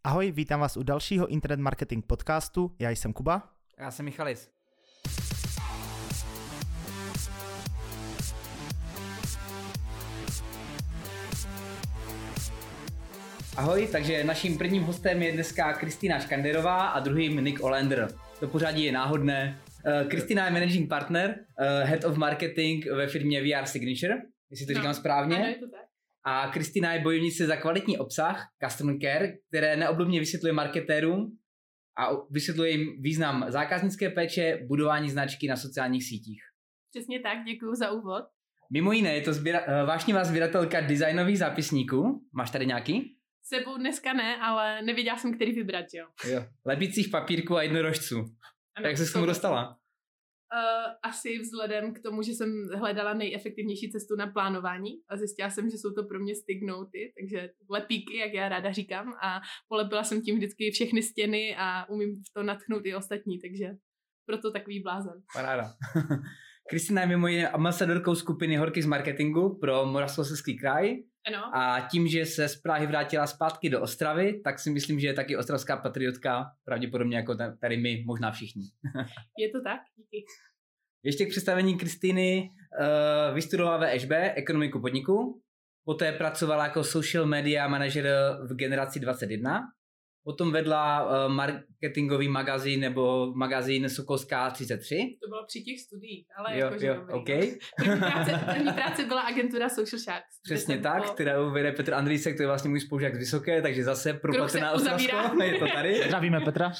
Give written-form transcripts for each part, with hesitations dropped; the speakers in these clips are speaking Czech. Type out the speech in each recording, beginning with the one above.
Ahoj, vítám vás u dalšího Internet Marketing podcastu. Já jsem Kuba. Já jsem Michalis. Ahoj, takže naším prvním hostem je dneska Kristýna Škanderová a druhým Nick Olander. To pořadí je náhodné. Kristýna je managing partner, head of marketing ve firmě VR Signature, jestli to říkám správně. Ano, je to tak. A Kristýna je bojovnice za kvalitní obsah, customer care, které neoblomně vysvětluje marketérům a vysvětluje jim význam zákaznické péče, budování značky na sociálních sítích. Přesně tak, děkuju za úvod. Mimo jiné je to vášnivá sběratelka designových zápisníků. Máš tady nějaký? Sebou dneska ne, ale nevěděla jsem, který vybrat, jo. Lepících papírků a jednorožců. Ano, jak se k tomu dostala? Asi vzhledem k tomu, že jsem hledala nejefektivnější cestu na plánování a zjistila jsem, že jsou to pro mě stick noty, takže lepíky, jak já ráda říkám, a polepila jsem tím vždycky všechny stěny a umím v to nadchnout i ostatní, takže proto takový blázen. Paráda. Kristýna je mimo jiné ambasadorkou skupiny Horky z marketingu pro Moravskoslezský kraj. Ano. A tím, že se z Prahy vrátila zpátky do Ostravy, tak si myslím, že je taky ostravská patriotka, pravděpodobně jako tady my, možná všichni. Je to tak? Díky. Ještě k představení Kristýny vystudovala VŠB, ekonomiku podniku, poté pracovala jako social media manager v Generaci 21, potom vedla marketingový magazín nebo magazín Sokolská 33. To bylo při těch studiích, ale jo, jakože dobrý. Okay. První práce byla agentura Social Sharks. Přesně tak, kterou vede Petr Andrýsek, to je vlastně můj spolužák z Vysoké, takže zase proplacená Ostravsko, je to tady. Zdravíme Petra.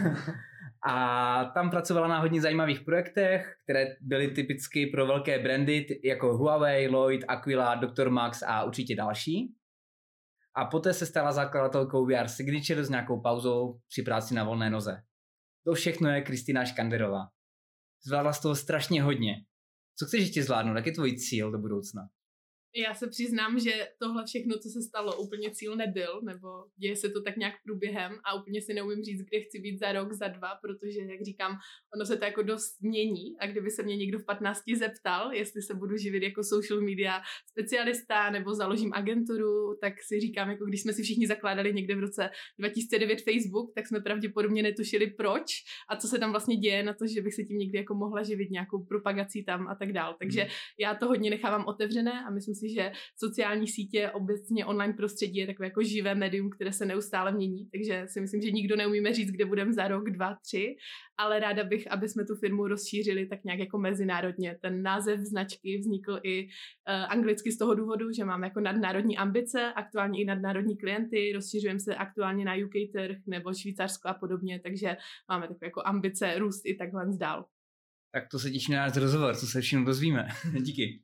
A tam pracovala na hodně zajímavých projektech, které byly typicky pro velké brandy jako Huawei, Lloyd, Aquila, Dr. Max a určitě další. A poté se stala zakladatelkou VR Signature s nějakou pauzou při práci na volné noze. To všechno je Kristýna Škanderová. Zvládla z toho strašně hodně. Co chceš ještě zvládnout? Jak je tvůj cíl do budoucna? Já se přiznám, že tohle všechno, co se stalo, úplně cíl nebyl, nebo děje se to tak nějak průběhem a úplně si neumím říct, kde chci být za rok, za dva, protože, jak říkám, ono se to jako dost mění a kdyby se mě někdo v 15 zeptal, jestli se budu živit jako social media specialista nebo založím agenturu, tak si říkám, jako když jsme si všichni zakládali někde v roce 2009 Facebook, tak jsme pravděpodobně netušili proč a co se tam vlastně děje na to, že bych se tím někdy jako mohla živit nějakou propagací tam a tak dál. Takže já to hodně nechávám otevřené a myslím si, že sociální sítě, obecně online prostředí je takové jako živé médium, které se neustále mění, takže si myslím, že nikdo neumíme říct, kde budeme za rok, 2, 3, ale ráda bych, aby jsme tu firmu rozšířili tak nějak jako mezinárodně. Ten název značky vznikl i anglicky z toho důvodu, že máme jako nadnárodní ambice, aktuálně i nadnárodní klienty, rozšiřujeme se aktuálně na UK trh nebo Švýcarsko a podobně, takže máme takové jako ambice růst i takhle dál. Tak to se těším na náš rozhovor, co se všechno dozvíme. Díky.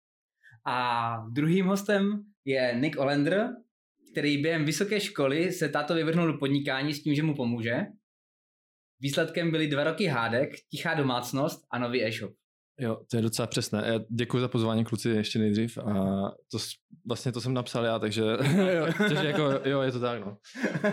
A druhým hostem je Nick Olander, který během vysoké školy se táto vyvrhnul do podnikání s tím, že mu pomůže. Výsledkem byly 2 roky hádek, tichá domácnost a nový e-shop. Jo, to je docela přesné. Já děkuji za pozvání, kluci, ještě nejdřív. A to jsem napsal já, takže jo, je to tak, no.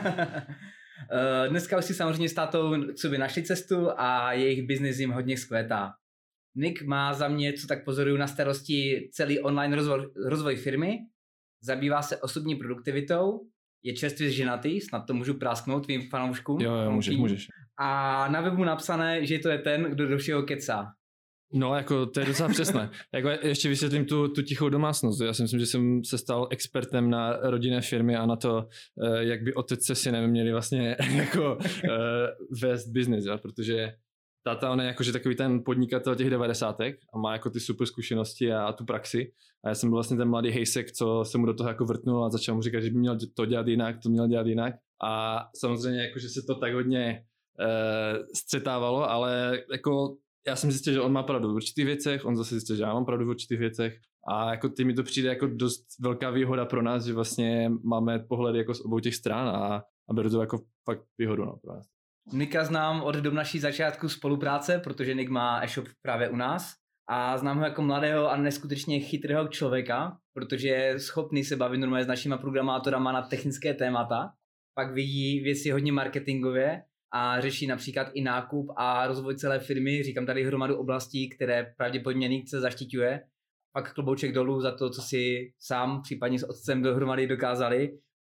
Dneska už si samozřejmě s tátou k sobě našli cestu a jejich biznis jim hodně zkvétá. Nick má za mě, co tak pozoruju, na starosti celý online rozvoj firmy, zabývá se osobní produktivitou, je čerstvě ženatý, snad to můžu prásknout tvým fanouškům. Jo, můžeš. A na webu napsané, že to je ten, kdo do všeho kecá. No, jako to je docela přesné. Jako ještě vysvětlím tu tichou domácnost. Já si myslím, že jsem se stal expertem na rodinné firmy a na to, jak by otce si neměli vlastně jako vést business, jo? Protože táta, on je jakože takový ten podnikatel těch 90. a má jako ty super zkušenosti a tu praxi. A já jsem byl vlastně ten mladý hejsek, co se mu do toho jako vrtnul a začal mu říkat, že by měl to dělat jinak, to měl dělat jinak. A samozřejmě jakože se to tak hodně střetávalo, ale jako já jsem zjistil, že on má pravdu v určitých věcech, on zase zjistil, že já mám pravdu v určitých věcech a jako mi to přijde jako dost velká výhoda pro nás, že vlastně máme pohledy jako z obou těch stran a beru to jako fakt výhodu, no, pro nás. Nika znám od dob naší začátku spolupráce, protože Nick má e-shop právě u nás a znám ho jako mladého a neskutečně chytrého člověka, protože je schopný se bavit normálně s našimi programátorama na technické témata, pak vidí věci hodně marketingově a řeší například i nákup a rozvoj celé firmy, říkám tady hromadu oblastí, které pravděpodobně Nick se zaštiťuje. Pak klobouček dolů za to, co si sám, případně s otcem dohromady dokázali,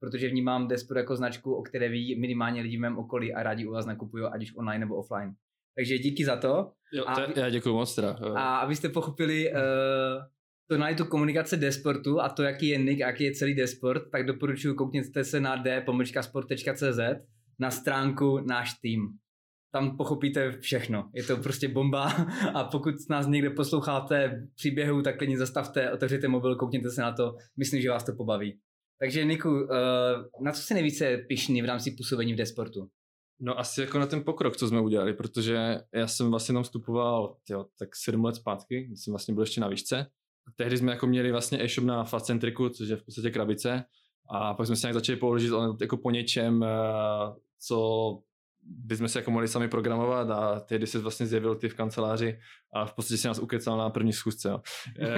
protože vnímám Desport jako značku, o které ví minimálně lidi v mém okolí a rádi u vás nakupují, ať už online nebo offline. Takže díky za to. Jo, já děkuju moc teda. A abyste pochopili tonalitu komunikace Desportu a to, jaký je nick a jaký je celý Desport, tak doporučuji, koukněte se na d-sport.cz na stránku Náš tým. Tam pochopíte všechno. Je to prostě bomba a pokud nás někde posloucháte příběhu, tak klidně zastavte, otevřete mobil, koukněte se na to. Myslím, že vás to pobaví. Takže Niku, na co jsi nejvíce pyšný v rámci působení v Desportu? No asi jako na ten pokrok, co jsme udělali, protože já jsem vlastně tam vstupoval tak 7 let zpátky, když jsem vlastně byl ještě na výšce. Tehdy jsme jako měli vlastně e-shop na Fatcentriku, což je v podstatě krabice. A pak jsme se nějak začali použít jako po něčem, co bychom se jako mohli sami programovat a tehdy se vlastně zjevil ty v kanceláři a v podstatě si nás ukecal na první schůzce. Jo.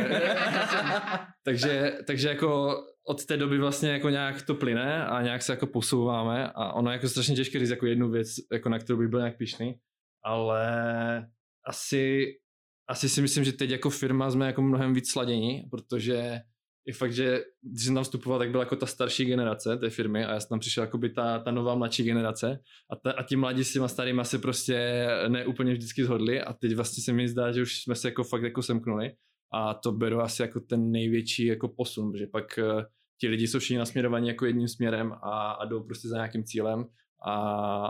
takže jako od té doby vlastně jako nějak to plyne a nějak se jako posouváme a ono je jako strašně těžké říct jako jednu věc, jako na kterou bych byl nějak pyšný, ale asi si myslím, že teď jako firma jsme jako mnohem víc sladění, protože je fakt, že když jsem tam vstupoval, tak byla jako ta starší generace té firmy a já jsem tam přišel jako by ta nová mladší generace a ti mladí s těma starýma se prostě neúplně vždycky shodli a teď vlastně se mi zdá, že už jsme se jako fakt jako semknuli a to beru asi jako ten největší jako posun, protože pak ti lidi jsou všichni nasměrovaní jako jedním směrem a jdou prostě za nějakým cílem a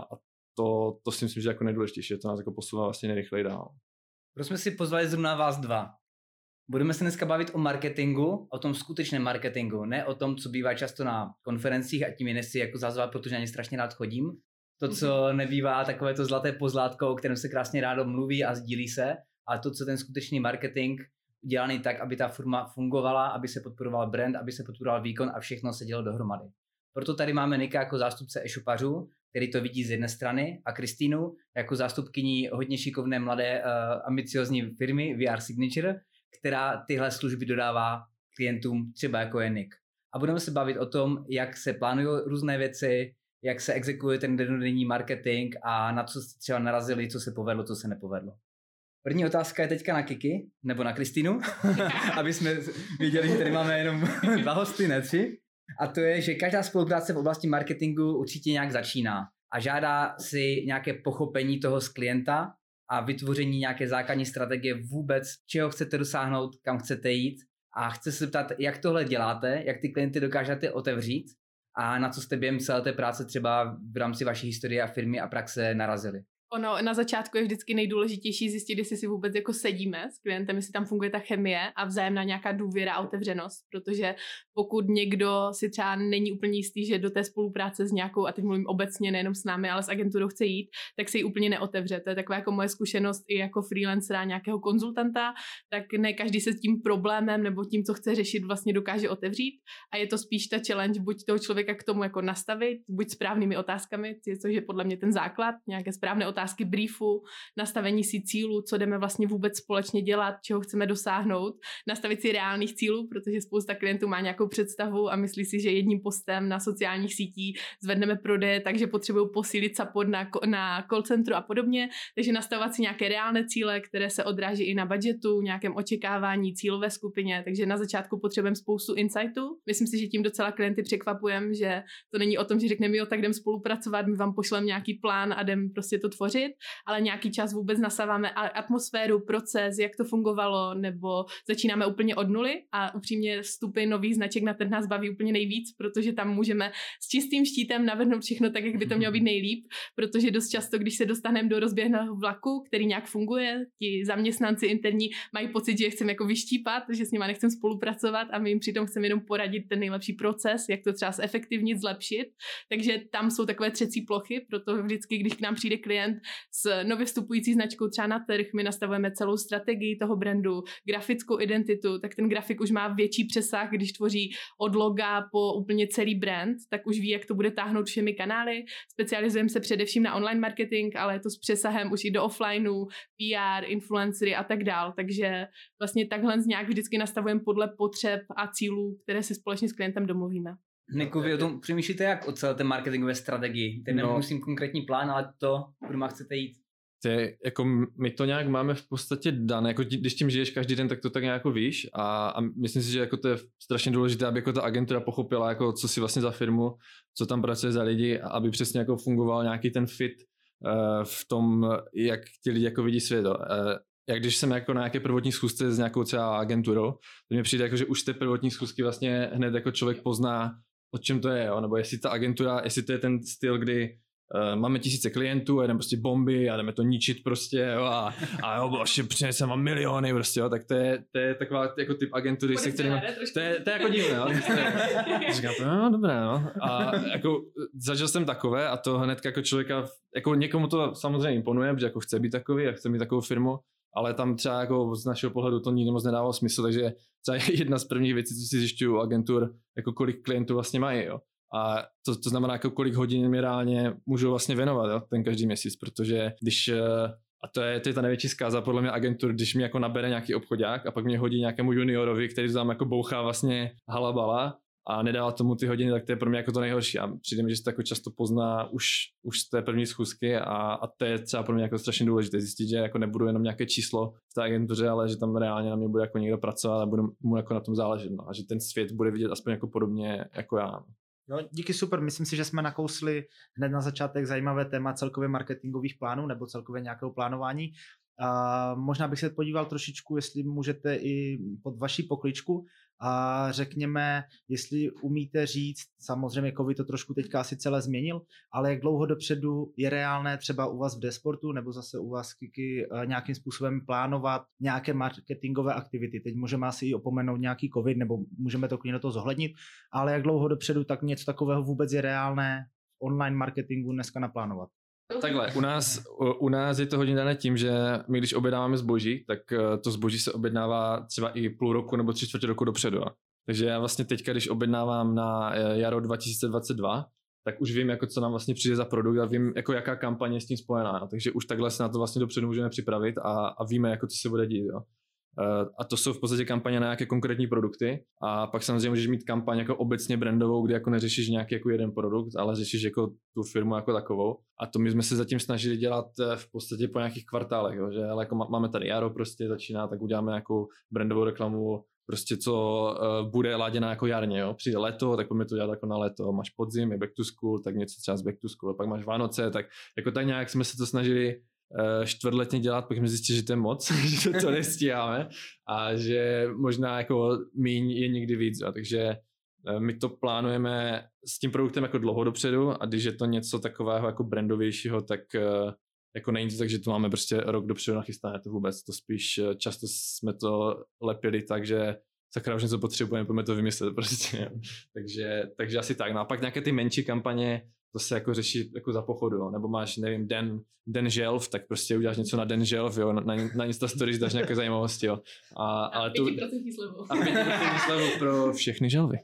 to si myslím, že jako nejdůležitější, že to nás jako posouvá vlastně nejrychleji dál. Proč jsme si pozvali zrovna vás dva? Budeme se dneska bavit o marketingu, o tom skutečném marketingu, ne o tom, co bývá často na konferencích a tím je nechci jako zazvat, protože na ně strašně rád chodím. To, co nebývá takové to zlaté pozlátko, o kterém se krásně rádo mluví a sdílí se, ale to, co ten skutečný marketing dělaný tak, aby ta firma fungovala, aby se podporoval brand, aby se podporoval výkon a všechno se dělo dohromady. Proto tady máme Nika jako zástupce e-shopařů, který to vidí z jedné strany, a Kristýnu jako zástupkyní hodně šikovné, mladé, ambiciozní firmy VR Signature, která tyhle služby dodává klientům, třeba jako je Nick. A budeme se bavit o tom, jak se plánují různé věci, jak se exekuje ten dennodenní marketing a na co jste třeba narazili, co se povedlo, co se nepovedlo. První otázka je teďka na Kiki, nebo na Kristýnu, aby jsme věděli, že tady máme jenom 2 hosty, ne 3. A to je, že každá spolupráce v oblasti marketingu určitě nějak začíná a žádá si nějaké pochopení toho z klienta a vytvoření nějaké základní strategie vůbec, čeho chcete dosáhnout, kam chcete jít. A chci se ptat, jak tohle děláte, jak ty klienty dokážete otevřít a na co jste během celé té práce třeba v rámci vaší historie a firmy a praxe narazili. Ono na začátku je vždycky nejdůležitější zjistit, jestli si vůbec jako sedíme s klientem, jestli tam funguje ta chemie a vzájemná nějaká důvěra a otevřenost, protože pokud někdo si třeba není úplně jistý, že do té spolupráce s nějakou, a teď mluvím obecně nejenom s námi, ale s agenturou chce jít, tak se ji úplně neotevře. To je taková jako moje zkušenost i jako freelancera, nějakého konzultanta, tak ne každý se s tím problémem nebo tím, co chce řešit, vlastně dokáže otevřít a je to spíš ta challenge buď toho člověka k tomu jako nastavit, buď správnými otázkami, což je podle mě ten základ, nějaké správné otázky briefu, nastavení si cílů, co jdeme vlastně vůbec společně dělat, čeho chceme dosáhnout, nastavit si reálných cílů, protože spousta klientů má nějakou představu a myslí si, že jedním postem na sociálních sítích zvedneme prodeje, takže potřebují posílit support na call centru a podobně, takže nastavovat si nějaké reálné cíle, které se odráží i na budgetu, nějakém očekávání, cílové skupině, takže na začátku potřebujeme spoustu insightů. Myslím si, že tím docela klienty překvapujeme, že to není o tom, že řekneme, jo, tak jdem spolupracovat, my vám pošleme nějaký plán a jdem prostě to tvořit, ale nějaký čas vůbec nasáváme atmosféru, proces, jak to fungovalo, nebo začínáme úplně od nuly a upřímně vstupy nových značek na trh nás baví úplně nejvíc, protože tam můžeme s čistým štítem navrhnout všechno tak, jak by to mělo být nejlíp, protože dost často, když se dostaneme do rozběhného vlaku, který nějak funguje, ti zaměstnanci interní mají pocit, že je chceme jako vyštípat, že s nimi nechceme spolupracovat a my jim přitom chceme jenom poradit ten nejlepší proces, jak to třeba zefektivnit, zlepšit. Takže tam jsou takové třecí plochy, proto vždycky, když k nám přijde klient s nově vstupující značkou třeba na trh, my nastavujeme celou strategii toho brandu, grafickou identitu, tak ten grafik už má větší přesah, když tvoří od loga po úplně celý brand, tak už ví, jak to bude táhnout všemi kanály. Specializujeme se především na online marketing, ale je to s přesahem už i do offlineu, PR, influencery a tak dál. Takže vlastně takhle nějak vždycky nastavujeme podle potřeb a cílů, které si společně s klientem domluvíme. Niku, vy o tom přemýšlíte jak o celé té marketingové strategii? Teď nemusím konkrétní plán, ale to, kudy má chcete jít. jako my to nějak máme v podstatě dané, jako když tím žiješ každý den, tak to tak nějak jako víš a myslím si, že jako to je strašně důležité, aby jako ta agentura pochopila, jako co si vlastně za firmu, co tam pracuje za lidi a aby přesně jako fungoval nějaký ten fit v tom, jak ti lidi jako vidí svět. Jak když jsem jako na nějaké prvotní schůzce s nějakou třeba agenturou, to mně přijde jako, že už z té prvotní schůzky vlastně hned jako člověk pozná, o čem to je, jo? Nebo jestli ta agentura, jestli to je ten styl, kdy máme tisíce klientů a jdeme prostě bomby a jdeme to ničit prostě, jo, a jo, bože, přinesem vám miliony prostě, jo, tak to je taková jako typ agentury, se kterým, to je jako divné, jo, říkám, no dobré, no, a jako zažil jsem takové a to hned jako člověka, jako někomu to samozřejmě imponuje, protože jako chce být takový a chce mít takovou firmu, ale tam třeba jako z našeho pohledu to nikdy moc nedávalo smysl, takže třeba jedna z prvních věcí, co si zjišťuju u agentur, jako kolik klientů vlastně mají, jo. A to znamená, jako kolik hodin mi reálně můžu vlastně věnovat, jo, ten každý měsíc, protože když, a to je ta největší zkáza podle mě agentur, když mi jako nabere nějaký obchodák a pak mě hodí nějakému juniorovi, který tam jako bouchá vlastně halabala a nedává tomu ty hodiny, tak to je pro mě jako to nejhorší a přijde mi, že se to jako často pozná už z té první schůzky a to je třeba pro mě jako strašně důležité zjistit, že jako nebudu jenom nějaké číslo v té agentuře, ale že tam reálně na mě bude jako někdo pracovat a bude mu jako na tom záležet, no, a že ten svět bude vidět aspoň jako podobně jako já. Jo, díky, super. Myslím si, že jsme nakousli hned na začátek zajímavé téma celkově marketingových plánů nebo celkově nějakého plánování. Možná bych se podíval trošičku, jestli můžete i pod vaši pokličku a řekněme, jestli umíte říct, samozřejmě COVID to trošku teďka asi celé změnil, ale jak dlouho dopředu je reálné třeba u vás v Desportu nebo zase u vás Kiki nějakým způsobem plánovat nějaké marketingové aktivity. Teď můžeme asi i opomenout nějaký COVID nebo můžeme to klidně do toho zohlednit, ale jak dlouho dopředu tak něco takového vůbec je reálné online marketingu dneska naplánovat? Takhle, u nás je to hodně dané tím, že my když objednáváme zboží, tak to zboží se objednává třeba i půl roku nebo 3/4 roku dopředu. Takže já vlastně teďka, když objednávám na jaro 2022, tak už vím, jako co nám vlastně přijde za produkt a vím, jako jaká kampaně je s tím spojená. Takže už takhle se na to vlastně dopředu můžeme připravit a víme, jako co se bude dít. Jo. A to jsou v podstatě kampaně na nějaké konkrétní produkty a pak samozřejmě můžeš mít kampaň jako obecně brandovou, kdy jako neřešíš nějaký jako jeden produkt, ale řešíš jako tu firmu jako takovou a to my jsme se zatím snažili dělat v podstatě po nějakých kvartálech, jo, že ale jako máme tady jaro prostě začíná, tak uděláme nějakou brandovou reklamu, prostě co bude laděná jako jarně, jo. Přijde léto, tak pojďme to dělat jako na léto, máš podzim, je back to school, tak něco třeba z back to school, pak máš Vánoce, tak jako tak nějak jsme se to snažili čtvrtletně dělat, pak jsme zjistili, že to je moc, že to nestíháme a že možná jako míň je někdy víc, jo. Takže my to plánujeme s tím produktem jako dlouho dopředu a když je to něco takového jako brandovějšího, tak jako není to tak, že to máme prostě rok dopředu nachystané, to vůbec, to spíš často jsme to lepili tak, že sakra už něco potřebujeme, pojďme to vymyslet prostě, takže asi tak, no a pak nějaké ty menší kampaně, to se jako řeší jako za pochodu, jo. Nebo máš, nevím, den želv, tak prostě uděláš něco na den želv, jo, na Insta Stories dáš nějaké zajímavosti, jo. Ale 5% slevu. A 5% slevu pro všechny želvy.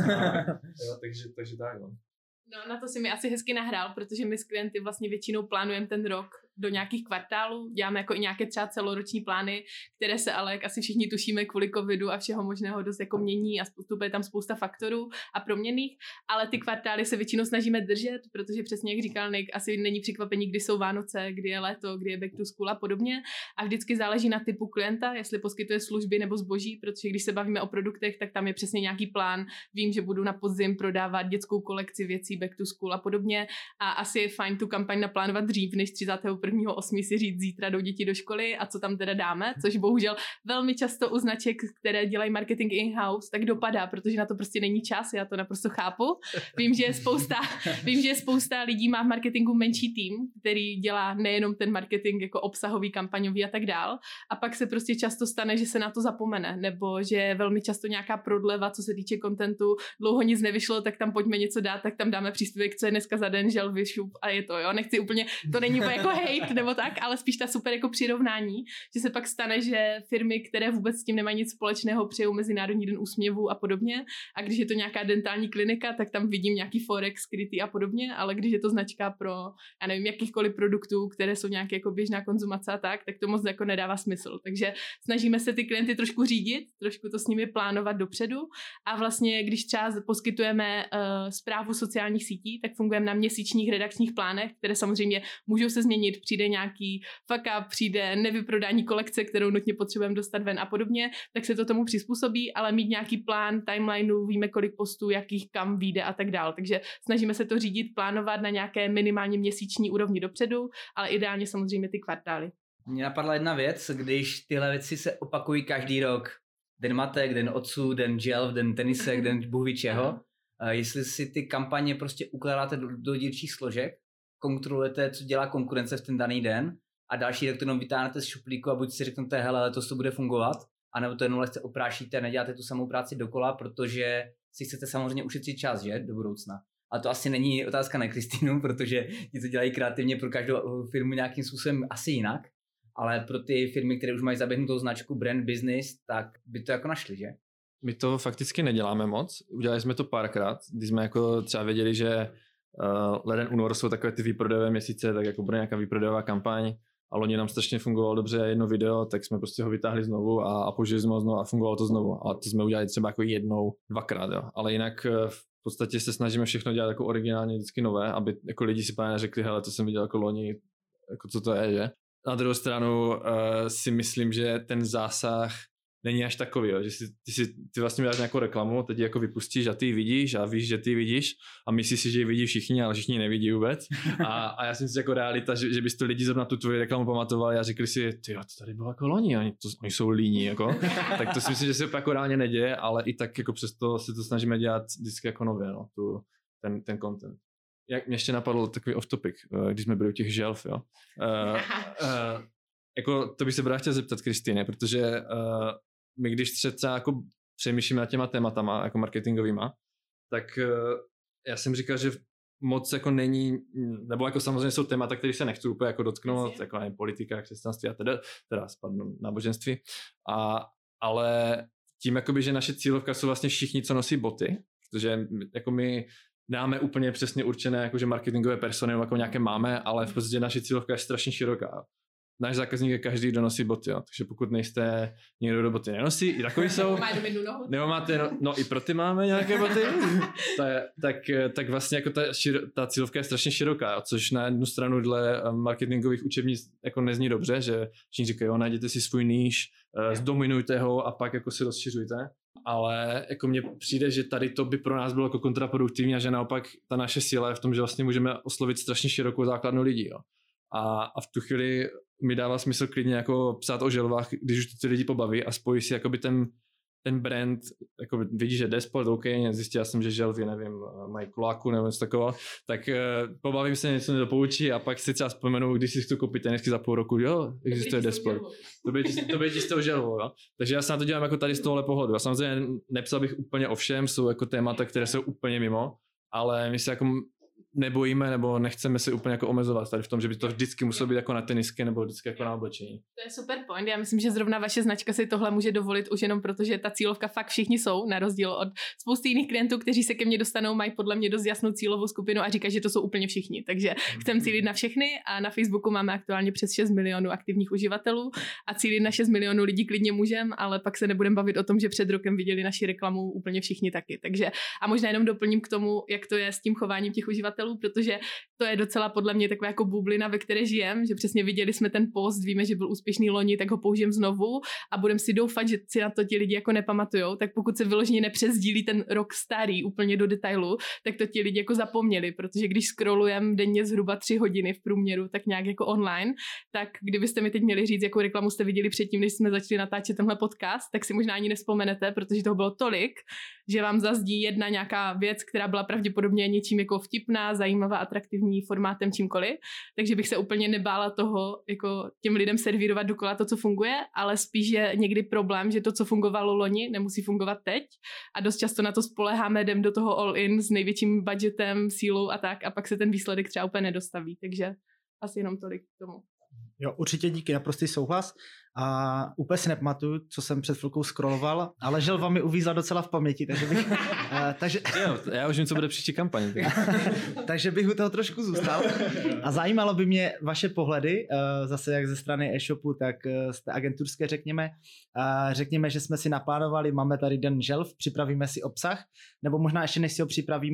Jo, takže tak, no. No, na to si mi asi hezky nahrál, protože my s klienty vlastně většinou plánujeme ten rok do nějakých kvartálů, děláme jako i nějaké třeba celoroční plány, které se ale, jak asi všichni tušíme, kvůli covidu a všeho možného dost jako mění a je tam spousta faktorů a proměnných, ale ty kvartály se většinou snažíme držet, protože přesně jak říkal Nick, asi není překvapení, kdy jsou Vánoce, kdy je léto, kdy je back to school a podobně a vždycky záleží na typu klienta, jestli poskytuje služby nebo zboží, protože když se bavíme o produktech, tak tam je přesně nějaký plán, vím, že budu na podzim prodávat dětskou kolekci věcí back to school a podobně a asi je fajn tu kampaň naplánovat dřív, než 31.8. si říct zítra jdou děti do školy a co tam teda dáme, což bohužel velmi často u značek, které dělají marketing in-house, tak dopadá, protože na to prostě není čas, já to naprosto chápu. Vím, že spousta lidí má v marketingu menší tým, který dělá nejenom ten marketing jako obsahový, kampaňový a tak dál a pak se prostě často stane, že se na to zapomene, nebo že velmi často nějaká prodleva, co se týče kontentu, dlouho nic nevyšlo, tak tam pojďme něco dát, tak tam dáme příspěvek, co je dneska za den, želvy, šup a je to, jo, nechci úplně, to není jako hate nebo tak, ale spíš ta super jako přirovnání, že se pak stane, že firmy, které vůbec s tím nemají nic společného, přejou Mezinárodní den úsměvu a podobně a když je to nějaká dentální klinika, tak tam vidím nějaký forex skrytý a podobně, ale když je to značka pro, já nevím, jakýchkoliv produktů, které jsou nějaké jako běžná konzumace a tak to moc jako nedává smysl. Takže snažíme se ty klienty trošku řídit, trošku to s nimi plánovat dopředu a vlastně, když třeba poskytujeme správu sociálních sítí, tak fungujeme na měsíčních redakčních plánech, které samozřejmě můžou se změnit přijde nějaký fuck up, přijde nevyprodání kolekce, kterou nutně potřebujeme dostat ven a podobně, tak se to tomu přizpůsobí, ale mít nějaký plán, timelineu, víme kolik postů, jakých kam vyjde a tak dál. Takže snažíme se to řídit, plánovat na nějaké minimálně měsíční úrovni dopředu, ale ideálně samozřejmě ty kvartály. Mně napadla jedna věc, když tyhle věci se opakují každý rok. Den matek, den otců, den želv, den tenisek, den bůhví čeho. Jestli si ty kampaně prostě ukládáte do dílčích složek, kontrolujete, co dělá konkurence v ten daný den a další rok to jenom vytáhnete z šuplíku a buď si řeknete, hele, letos to bude fungovat, anebo to jenom lehce oprášíte a neděláte tu samou práci dokola, protože si chcete samozřejmě ušetřit čas, že, do budoucna. A to asi není otázka na Kristýnu, protože ti to dělají kreativně pro každou firmu nějakým způsobem asi jinak, ale pro ty firmy, které už mají zaběhnutou značku brand business, tak by to jako našli, že? My to fakticky neděláme moc. Udělali jsme to párkrát, když jsme jako třeba věděli, že leden, únor jsou takové ty výprodejové měsíce, tak jako bude nějaká výprodejová kampaň a loni nám strašně fungovalo dobře jedno video, tak jsme prostě ho vytáhli znovu a použili jsme ho znovu a fungovalo to znovu. A to jsme udělali třeba jako jednou, dvakrát, jo. Ale jinak v podstatě se snažíme všechno dělat jako originálně, vždycky nové, aby jako lidi si právě řekli, hele, to jsem viděl jako loni, jako co to je, že? Na druhou stranu si myslím, že ten zásah není až takový, jo, že ty vlastně děláš nějakou reklamu, teď ji jako vypustíš a ty ji vidíš a víš, že ty ji vidíš a myslíš si, že ji vidí všichni, ale všichni nevidí vůbec. A já si myslím, jako realita, že bys to lidi zrovna tu tvoji reklamu pamatovali a řekli si, tyjo, to tady bylo jako loni, oni jsou líní, jako. Tak to si myslím, že se jako reálně neděje, ale i tak jako přesto se to snažíme dělat vždycky jako nově, no, ten content. Jak mě ještě napadl takový off topic, když jsme byli u těch želv, jo. Jako to bych se právě chtěl zeptat Kristýny, protože my když třeba jako přemýšlíme nad těma tématama jako marketingovýma, tak já jsem říkal, že moc jako není, nebo jako samozřejmě jsou témata, které se nechci úplně jako dotknout, jako nevím, politika, křesťanství a teda náboženství, ale tím jakoby, že naše cílovka jsou vlastně všichni, co nosí boty, protože jako my dáme úplně přesně určené jakože marketingové persony, jako nějaké máme, ale v podstatě naše cílovka je strašně široká. Náš zákazník je každý, kdo nosí boty, jo. Takže pokud nejste někdo, kdo boty nenosí, i takový jsou. Nebo máte, no i pro ty máme nějaké boty, tak vlastně jako ta cílovka je strašně široká, což na jednu stranu dle marketingových učebnic jako nezní dobře, že všichni říkají, jo, najděte si svůj níž, zdominujte ho a pak jako si rozšiřujte. Ale jako mně přijde, že tady to by pro nás bylo jako kontraproduktivní a že naopak ta naše síla je v tom, že vlastně můžeme oslovit strašně širokou základnu lidí, jo. A v tu chvíli mi dává smysl klidně jako psát o želvách, když už ty lidi pobaví a spojí si jakoby ten brand, jako vidí, že jde sport, OK, zjistil jsem, že želvy, nevím, mají kuláku nebo něco takového, tak pobavím se, něco nedopoučí a pak si třeba vzpomenu, když si chci koupit tenisky za půl roku, jo, existuje Desport. To by čistou želvou, jo. Takže já se na to dělám jako tady z tohohle pohledu. A samozřejmě nepsal bych úplně o všem, jsou jako témata, které jsou úplně mimo, ale my se jako nebojíme nebo nechceme si úplně jako omezovat tady v tom, že by to vždycky muselo být jako na tenisky nebo vždycky jako na oblečení. To je super point. Já myslím, že zrovna vaše značka si tohle může dovolit už jenom proto, že ta cílovka fakt všichni jsou, na rozdíl od spousty jiných klientů, kteří se ke mně dostanou, mají podle mě dost jasnou cílovou skupinu a říkají, že to jsou úplně všichni. Takže chcem cílit na všechny a na Facebooku máme aktuálně přes 6 milionů aktivních uživatelů a cílit na 6 milionů lidí klidně můžeme, ale pak se nebudeme bavit o tom, že před rokem viděli naši reklamu úplně všichni taky. Takže a možná jenom doplním k tomu, jak to je s tím chováním těch uživatelů, protože to je docela podle mě taková jako bublina, ve které žijem, že přesně viděli jsme ten post, víme, že byl úspěšný loni, tak ho použijem znovu a budeme si doufat, že si na to ti lidi jako nepamatujou, tak pokud se vyloženě nepřesdílí ten rok starý úplně do detailu, tak to ti lidi jako zapomněli, protože když scrollujeme denně zhruba 3 hodiny v průměru, tak nějak jako online, tak kdybyste mi teď měli říct, jakou reklamu jste viděli předtím, než jsme začali natáčet tenhle podcast, tak si možná ani nevzpomenete, protože toho bylo tolik, že vám zazdí jedna nějaká věc, která byla pravděpodobně něčím jako vtipná, zajímavá, atraktivní formátem, čímkoliv, takže bych se úplně nebála toho, jako těm lidem servírovat dokola to, co funguje, ale spíš je někdy problém, že to, co fungovalo loni, nemusí fungovat teď a dost často na to spoléháme, jdem do toho all in s největším budgetem, sílou a tak a pak se ten výsledek třeba úplně nedostaví, takže asi jenom tolik k tomu. Jo, určitě díky, naprostý souhlas. A úplně si nepamatuju, co jsem před chvilkou scrolloval, ale želva mi uvízla docela v paměti, takže bych... Jo, já už vím, co bude příští kampaň. Takže bych u toho trošku zůstal. A zajímalo by mě vaše pohledy, zase jak ze strany e-shopu, tak z té agenturské řekněme. Řekněme, že jsme si naplánovali, máme tady den želv, připravíme si obsah, nebo možná ještě než si ho připravíme,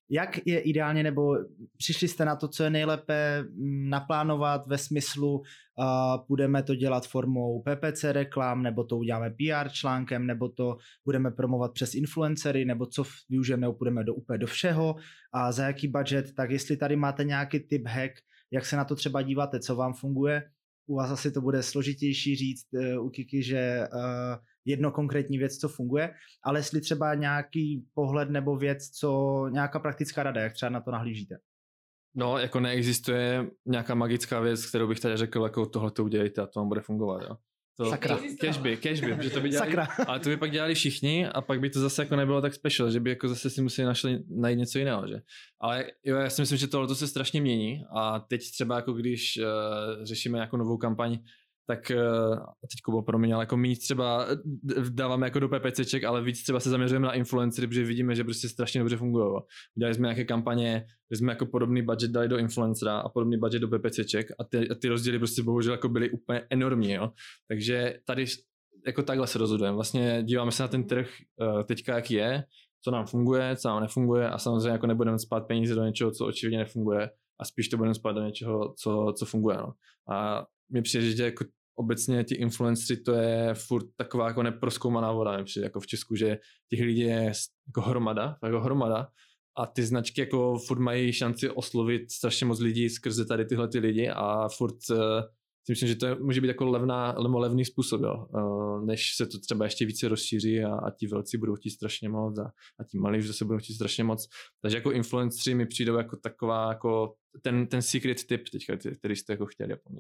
jak je ideálně, nebo přišli jste na to, co je nejlépe naplánovat ve smyslu, budeme to dělat formou PPC reklam, nebo to uděláme PR článkem, nebo to budeme promovat přes influencery, nebo co využijeme, nebo půjdeme úplně do všeho a za jaký budget, tak jestli tady máte nějaký tip hack, jak se na to třeba díváte, co vám funguje. U vás asi to bude složitější říct u Kiki, že jedno konkrétní věc, co funguje, ale jestli třeba nějaký pohled nebo věc, nějaká praktická rada, jak třeba na to nahlížíte. No, jako neexistuje nějaká magická věc, kterou bych tady řekl, jako tohle to udělejte a to vám bude fungovat, jo. To, Sakra. Cashby, že to by dělali, ale to by pak dělali všichni a pak by to zase jako nebylo tak special, že by jako zase si museli najít něco jiného, že. Ale jo, já si myslím, že tohle se strašně mění a teď třeba jako když řešíme nějakou novou kampaň, tak teď Kubo proměnil, jako méně třeba dáváme jako do PPCček, ale víc třeba se zaměřujeme na influencery, protože vidíme, že prostě strašně dobře fungují. Udělali jsme nějaké kampaně, kde jsme jako podobný budget dali do influencera a podobný budget do PPCček a ty rozdíly prostě bohužel jako byly úplně enormní, jo. Takže tady jako takhle se rozhodujeme. Vlastně díváme se na ten trh teďka, jaký je, co nám funguje, co nám nefunguje a samozřejmě jako nebudeme spát peníze do něčeho, co očividně nefunguje a spíš to budeme spát do něčeho, co funguje, no. A mi přijde, že jako obecně ti influenceri to je furt taková jako neprozkoumaná voda, mi přijde jako v Česku, že těch lidí je jako hromada a ty značky jako furt mají šanci oslovit strašně moc lidí skrze tady tyhle ty lidi a furt si myslím, že to může být jako levný způsob, jo, než se to třeba ještě více rozšíří a ti velcí budou chtít strašně moc a ti malí už zase budou chtít strašně moc. Takže jako influenceri mi přijdou jako taková jako ten secret tip teďka, který jste jako chtěli po mně.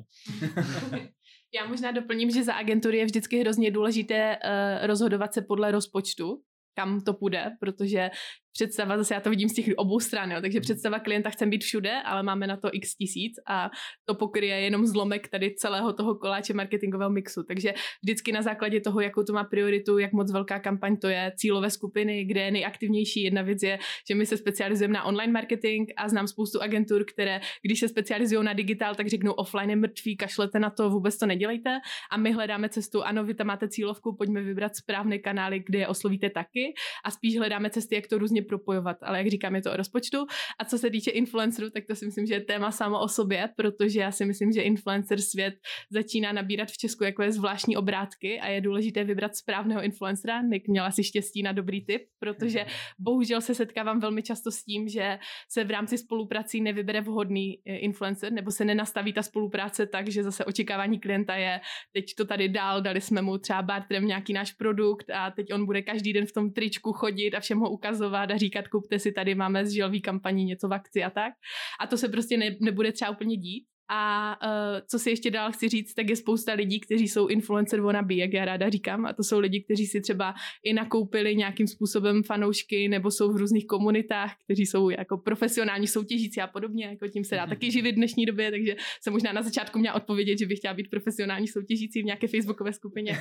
Já možná doplním, že za agentury je vždycky hrozně důležité rozhodovat se podle rozpočtu, kam to půjde, protože představa, zase já to vidím z těch obou stran, jo, takže představa klienta chcem být všude, ale máme na to x tisíc a to pokryje jenom zlomek tady celého toho koláče marketingového mixu, takže vždycky na základě toho, jakou to má prioritu, jak moc velká kampaň to je, cílové skupiny, kde je nejaktivnější. Jedna věc je, že my se specializujeme na online marketing a znám spoustu agentur, které, když se specializují na digitál, tak řeknou offline je mrtvý, kašlete na to, vůbec to nedělejte a my hledáme cestu, ano, vy tam máte cílovku, pojďme vybrat správné kanály, kde je oslovíte taky a spíš hledáme cesty, jak to různě propojovat, ale jak říkám, je to o rozpočtu. A co se týče influencerů, tak to si myslím, že je téma samo o sobě, protože já si myslím, že influencer svět začíná nabírat v Česku jako je zvláštní obrátky a je důležité vybrat správného influencera. Nick měla si štěstí na dobrý tip, protože bohužel se setkávám velmi často s tím, že se v rámci spoluprací nevybere vhodný influencer nebo se nenastaví ta spolupráce tak, že zase očekávání klienta je, teď to tady dál, dali jsme mu třeba barterem nějaký náš produkt a teď on bude každý den v tom tričku chodit a všem ho ukazovat a říkat, kupte si, tady máme z želový kampaní něco v akci a tak. A to se prostě nebude třeba úplně dít. A co si ještě dál chci říct, tak je spousta lidí, kteří jsou influencer wannabe, jak já ráda říkám, a to jsou lidi, kteří si třeba i nakoupili nějakým způsobem fanoušky nebo jsou v různých komunitách, kteří jsou jako profesionální soutěžící a podobně, jako tím se dá taky živit v dnešní době, takže jsem možná na začátku měla odpovědět, že bych chtěla být profesionální soutěžící v nějaké facebookové skupině.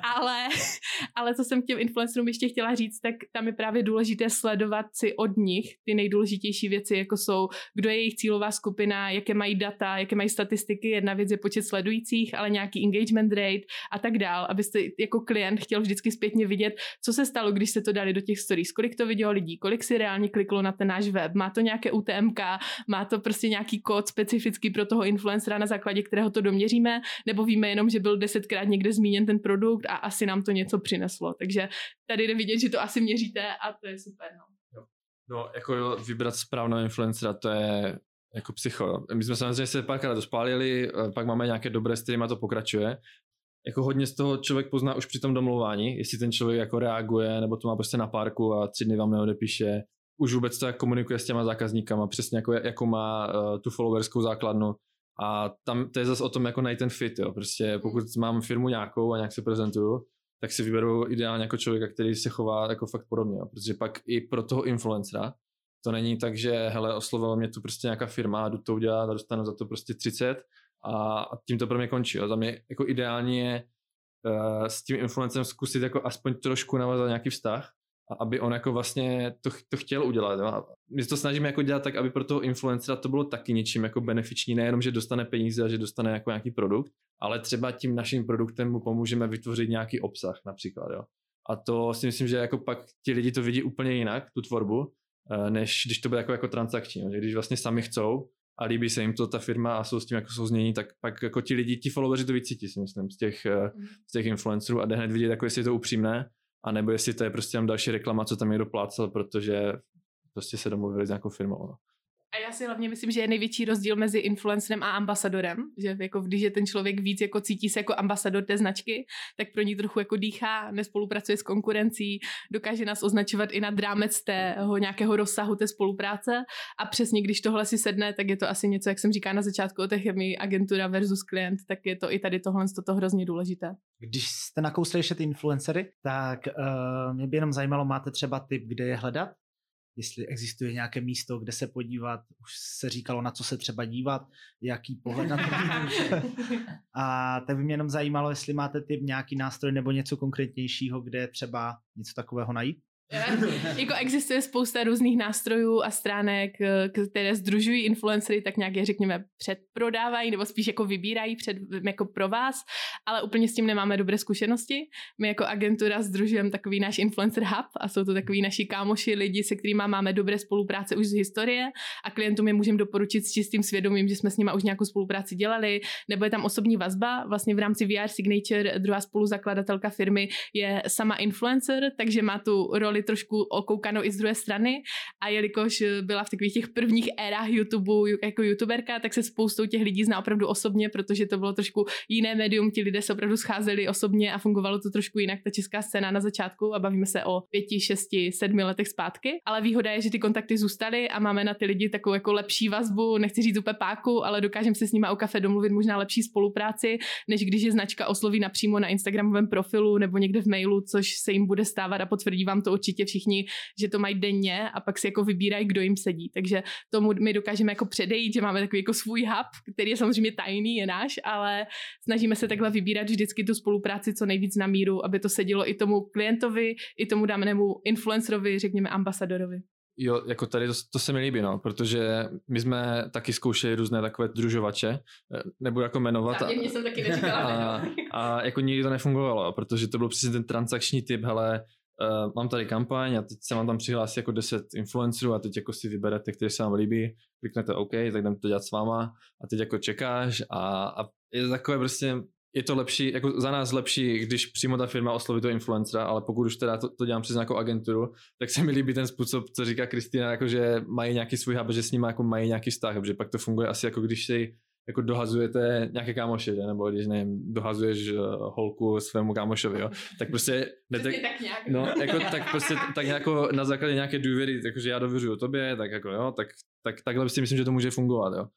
ale co jsem k těm influencerům ještě chtěla říct, tak tam je právě důležité sledovat si od nich ty nejdůležitější věci, jako jsou, kdo je jejich cílová skupina, jaké mají data, jaké mají statistiky, jedna věc je počet sledujících, ale nějaký engagement rate a tak dál, abyste jako klient chtěl vždycky zpětně vidět, co se stalo, když se to dali do těch stories, kolik to vidělo lidí, kolik si reálně kliklo na ten náš web, má to nějaké UTMK, má to prostě nějaký kód specifický pro toho influencera, na základě kterého to doměříme, nebo víme jenom, že byl 10krát někde zmíněn ten produkt a asi nám to něco přineslo. Takže tady jde vidět, že to asi měříte a to je super. No jako vybrat správného influencera, to je jako psycho. My jsme samozřejmě se párkrát dospálili, pak máme nějaké dobré, s kterými to pokračuje. Jako hodně z toho člověk pozná už při tom domlouvání, jestli ten člověk jako reaguje, nebo to má prostě na párku a 3 dny vám neodepíše. Už vůbec to jak komunikuje s těma zákazníkama, přesně jako má tu followerskou základnu. A tam to je zase o tom jako najít ten fit, jo. Prostě pokud mám firmu nějakou a nějak se prezentuju, tak si vyberu ideálně jako člověka, který se chová jako fakt podobně, jo. Protože pak i pro toho influencera to není tak, že hele, oslovila mě tu prostě nějaká firma, jdu to udělat a dostanu za to prostě 30 a tím to pro mě končí. Jo. Za mě jako ideální je s tím influencerem zkusit jako aspoň trošku navázat nějaký vztah a aby on jako vlastně to chtěl udělat. Jo. My to snažíme jako dělat tak, aby pro toho influencera to bylo taky něčím jako benefiční, nejenom, že dostane peníze a že dostane jako nějaký produkt, ale třeba tím naším produktem mu pomůžeme vytvořit nějaký obsah například. Jo. A to si myslím, že jako pak ti lidi to vidí úplně jinak, tu tvorbu, než když to bude jako transakční. No? Že když vlastně sami chcou a líbí se jim to ta firma a jsou s tím jako souznění, tak pak jako ti lidi, ti followeri to vycítí, si myslím, z těch influencerů a jde hned vidět, jako jestli je to upřímné, anebo jestli to je prostě tam další reklama, co tam někdo plácel, protože prostě se domluvili s nějakou firmou. No. A já si hlavně myslím, že je největší rozdíl mezi influencerem a ambasadorem, že jako když je ten člověk víc jako cítí se jako ambasador té značky, tak pro ní trochu jako dýchá, nespolupracuje s konkurencí, dokáže nás označovat i nad rámec tého nějakého rozsahu té spolupráce a přesně když tohle si sedne, tak je to asi něco, jak jsem říkala na začátku o té chemii agentura versus klient, tak je to i tady tohle hrozně důležité. Když jste nakousli ještě ty influencery, tak mě by jenom zajímalo, máte třeba tip, kde je hledat? Jestli existuje nějaké místo, kde se podívat, už se říkalo, na co se třeba dívat, jaký pohled na to mít. A tak by mě jenom zajímalo, jestli máte tip, nějaký nástroj nebo něco konkrétnějšího, kde třeba něco takového najít. Jako existuje spousta různých nástrojů a stránek, které sdružují influencery, tak nějak je řekněme předprodávají nebo spíš jako vybírají jako pro vás, ale úplně s tím nemáme dobré zkušenosti. My jako agentura sdružujeme takový náš influencer hub a jsou to takový naši kámoši, lidi, se kterými máme dobré spolupráce už z historie a klientům je můžeme doporučit s čistým svědomím, že jsme s nimi už nějakou spolupráci dělali, nebo je tam osobní vazba. Vlastně v rámci VR Signature druhá spoluzakladatelka firmy je sama influencer, takže má tu roli trošku okoukanou i z druhé strany a jelikož byla v takových těch prvních érách YouTube jako youtuberka, tak se spoustou těch lidí zná opravdu osobně, protože to bylo trošku jiné médium, ti lidé se opravdu scházeli osobně a fungovalo to trošku jinak, ta česká scéna na začátku a bavíme se o 5, 6, 7 letech zpátky, ale výhoda je, že ty kontakty zůstaly a máme na ty lidi takovou jako lepší vazbu, nechci říct úplně páku, ale dokážeme se s nimi o kafe domluvit možná lepší spolupráci, než když je značka osloví napřímo na Instagramovém profilu nebo někde v mailu, což se jim bude stávat a potvrdí vám to určitě všichni, že to mají denně a pak si jako vybírají, kdo jim sedí. Takže tomu my dokážeme jako předejít, že máme takový jako svůj hub, který je samozřejmě tajný, je náš, ale snažíme se takhle vybírat vždycky tu spolupráci co nejvíc na míru, aby to sedilo i tomu klientovi, i tomu dámenému influencerovi, řekněme ambasadorovi. Jo, jako tady to se mi líbí, no, protože my jsme taky zkoušeli různé takové družovače, nebudu jako jmenovat. Mě jsem taky nečekala. A jako nikdy to nefungovalo, protože to byl přesně ten transakční typ, hele, mám tady kampaň a teď se vám tam přihlásí jako 10 influencerů a teď jako si vyberete, který se vám líbí, kliknete OK, tak jdem to dělat s váma a teď jako čekáš a je to takové prostě, je to lepší, jako za nás lepší, když přímo ta firma osloví toho influencera, ale pokud už teda to dělám přes nějakou agenturu, tak se mi líbí ten způsob, co říká Kristýna, jako že mají nějaký svůj hub, že s nimi jako mají nějaký vztah, protože pak to funguje asi jako když si jako dohazujete nějaké kámoše, že? Nebo když nevím, dohazuješ holku svému kámošovi, jo? Tak prostě tak nějak. No, jako tak prostě tak jako na základě nějaké důvěry, jakože já důvěřuju tobě, tak jako jo, tak takhle si myslím, že to může fungovat, jo.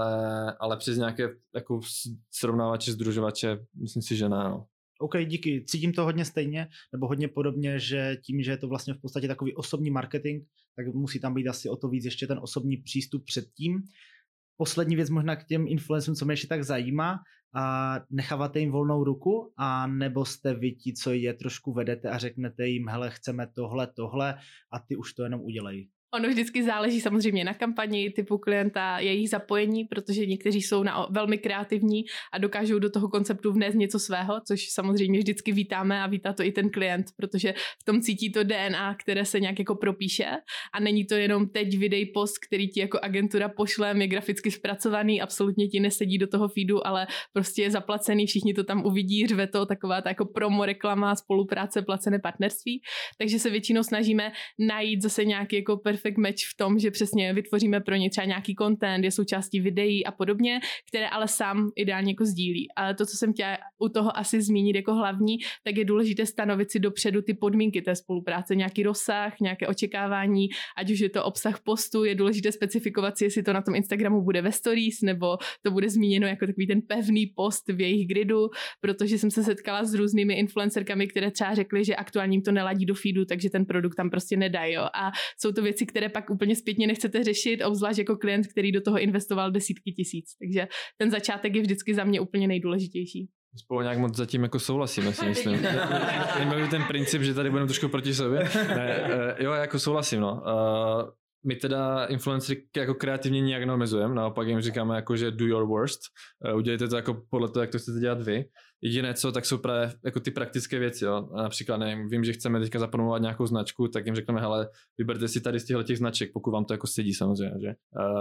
Ale přes nějaké jako srovnávače, sdružovače, myslím si, že ne, no. OK, díky. Cítím to hodně stejně, nebo hodně podobně, že tím, že je to vlastně v podstatě takový osobní marketing, tak musí tam být asi o to víc ještě ten osobní přístup předtím. Poslední věc možná k těm influencům, co mě ještě tak zajímá, a necháváte jim volnou ruku, a nebo jste vy ti, co je trošku vedete a řeknete jim, hele, chceme tohle a ty už to jenom udělej. Ono vždycky záleží samozřejmě na kampani, typu klienta, jejich zapojení, protože někteří jsou velmi kreativní a dokážou do toho konceptu vnést něco svého, což samozřejmě vždycky vítáme a vítá to i ten klient, protože v tom cítí to DNA, které se nějak jako propíše a není to jenom teď videj post, který ti jako agentura pošle, je graficky zpracovaný, absolutně ti nesedí do toho feedu, ale prostě je zaplacený, všichni to tam uvidí, řve to, taková ta jako promo reklama, spolupráce, placené partnerství, takže se většinou snažíme najít zase nějaký jako perfect match v tom, že přesně vytvoříme pro ně třeba nějaký content, je součástí videí a podobně, které ale sám ideálně jako sdílí. Ale to, co jsem chtěla u toho asi zmínit jako hlavní, tak je důležité stanovit si dopředu ty podmínky té spolupráce, nějaký rozsah, nějaké očekávání, ať už je to obsah postu, je důležité specifikovat si, jestli to na tom Instagramu bude ve stories, nebo to bude zmíněno jako takový ten pevný post v jejich gridu, protože jsem se setkala s různými influencerkami, které třeba řekly, že aktuálně jim to neladí do feedu, takže ten produkt tam prostě nedají. A jsou to věci, které pak úplně zpětně nechcete řešit, obzvlášť jako klient, který do toho investoval desítky tisíc. Takže ten začátek je vždycky za mě úplně nejdůležitější. Spolu nějak moc zatím jako souhlasíme, si myslím. Neměl ten princip, že tady budeme trošku proti sobě. Ne, jo, jako souhlasím, no. My teda influencery jako kreativně nijak neomezujeme, naopak jim říkáme jako, že do your worst, udělejte to jako podle toho, jak to chcete dělat vy. Jediné co, tak jsou právě jako ty praktické věci, jo. A například, nevím, vím, že chceme teďka zapromovat nějakou značku, tak jim řekneme, hele, vyberte si tady z těch značek, pokud vám to jako sedí samozřejmě, že.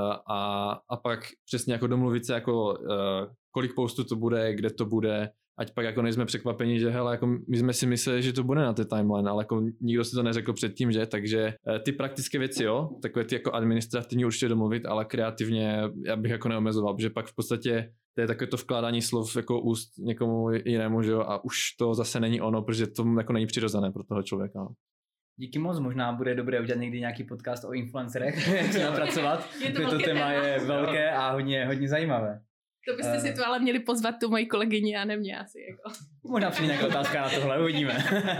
A pak přesně jako domluvit se jako kolik postů to bude, kde to bude, ať pak jako nejsme překvapení, že hele, jako my jsme si mysleli, že to bude na té timeline, ale jako nikdo si to neřekl předtím, že, takže ty praktické věci, jo, takové ty jako administrativní určitě domluvit, ale kreativně já bych jako neomezoval, protože pak v podstatě to je takové to vkládání slov jako úst někomu jinému, že jo, a už to zase není ono, protože to jako není přirozené pro toho člověka. No. Díky moc, možná bude dobré udělat někdy nějaký podcast o influencerech, jak se napracovat. To téma je velké a hodně zajímavé. To byste si tu ale měli pozvat tu moji kolegyni a ne mě asi. Jako. Možná přijde nějaká otázka na tohle, uvidíme.